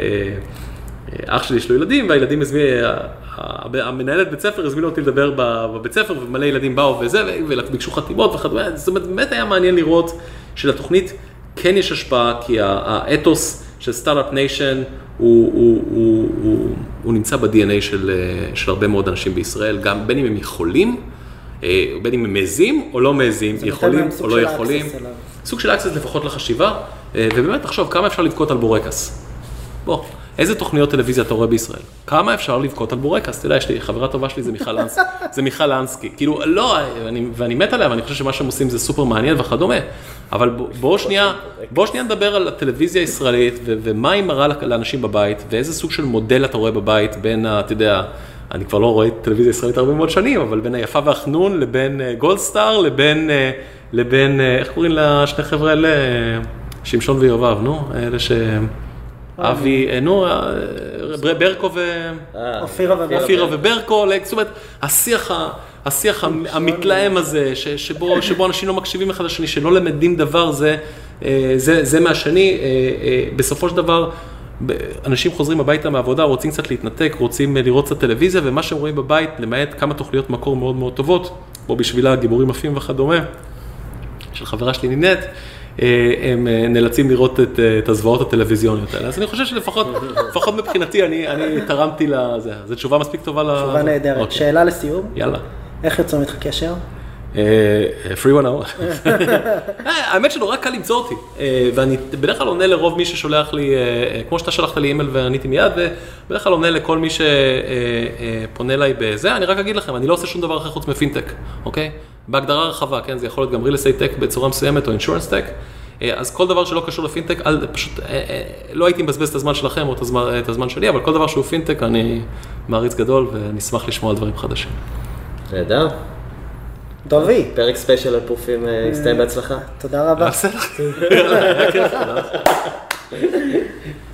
לאח שלי, יש לו ילדים, והילדים הזמינו, המנהלת בית ספר הזמינו אותי לדבר בבית ספר, ומלא ילדים באו וזה, וביקשו חתימות וכדומה. זאת אומרת, באמת היה מעניין לראות שלתוכנית כן יש השפעה, כי האתוס של סטארט-אפ ניישן, הוא, הוא, הוא, הוא, הוא נמצא ב-די אן איי של, של הרבה מאוד אנשים בישראל, גם בין אם הם יכולים, בין אם הם מעזים או לא מעזים, יכולים או לא יכולים. סוג של אקסס לפחות לחשיבה, ובאמת תחשוב, כמה אפשר לבכות על בורקס? בוא, איזה תוכניות טלוויזיה אתה רואה בישראל? כמה אפשר לבכות על בורקס? אתה יודע, יש לי חברה טובה שלי, זה מיכל אנסקי. זה מיכל אנסקי. כאילו, לא, ואני, ואני מת עליה, ואני חושב שמה שהם עושים זה סופר מעניין וכדומה. אבל בואו שנייה, בואו שנייה נדבר על הטלוויזיה הישראלית, ו- ומה היא מראה לאנשים בבית, ואיזה סוג של מודל אתה רואה בבית, בין, אתה יודע, אני כבר לא רואה טלוויזיה ישראלית הרבה מאוד שנים, אבל בין היפה והחנון, לבין גולדסטאר, לבין, לבין, איך קוראים לשני חבר'ה האלה? שמשון ויובב, נו, אלה ש... אבי, נו, ברקו ו... אופירה וברקו, זאת אומרת, השיח, השיח המתלהם הזה, שבו, שבו אנשים לא מקשיבים אחד לשני, שלא למדים דבר, זה, זה, זה מהשני, בסופו של דבר, אנשים חוזרים הביתה מהעבודה, רוצים קצת להתנתק, רוצים לראות קצת טלוויזיה, ומה שהם רואים בבית, למעט כמה תוכניות מקור מאוד מאוד טובות, בו בשבילה גיבורים עפים וכדומה, של חברה שלי נינט, הם נאלצים לראות את, את הזוועות הטלוויזיוניות האלה. אז אני חושב שלפחות, לפחות מבחינתי, אני, אני תרמתי לזה. זו תשובה מספיק טובה ל... תשובה נהדרת. Okay. שאלה לסיום. יאללה. איך יוצאים איתך קשר? פרי וואן אאוור. האמת שנורא קל למצוא אותי, ואני בדרך כלל עונה לרוב מי ששולח לי, כמו שאתה שלחת לי אימייל ועניתי מיד, ובדרך כלל עונה לכל מי שפונה אליי בזה. אני רק אגיד לכם, אני לא עושה שום דבר אחר חוץ מפינטק, אוקיי? בהגדרה רחבה, כן? זה יכול להיות גם real estate tech בצורה מסוימת או insurance tech. אז כל דבר שלא קשור לפינטק, פשוט לא הייתי מבזבז את הזמן שלכם או את הזמן שלי, אבל כל דבר שהוא פינטק אני מעריץ גדול ונשמח לשמוע על דברים חדשים. נהדר. דובי. פרק ספיישל על פרופים הסתיים בהצלחה. תודה רבה. בסדר.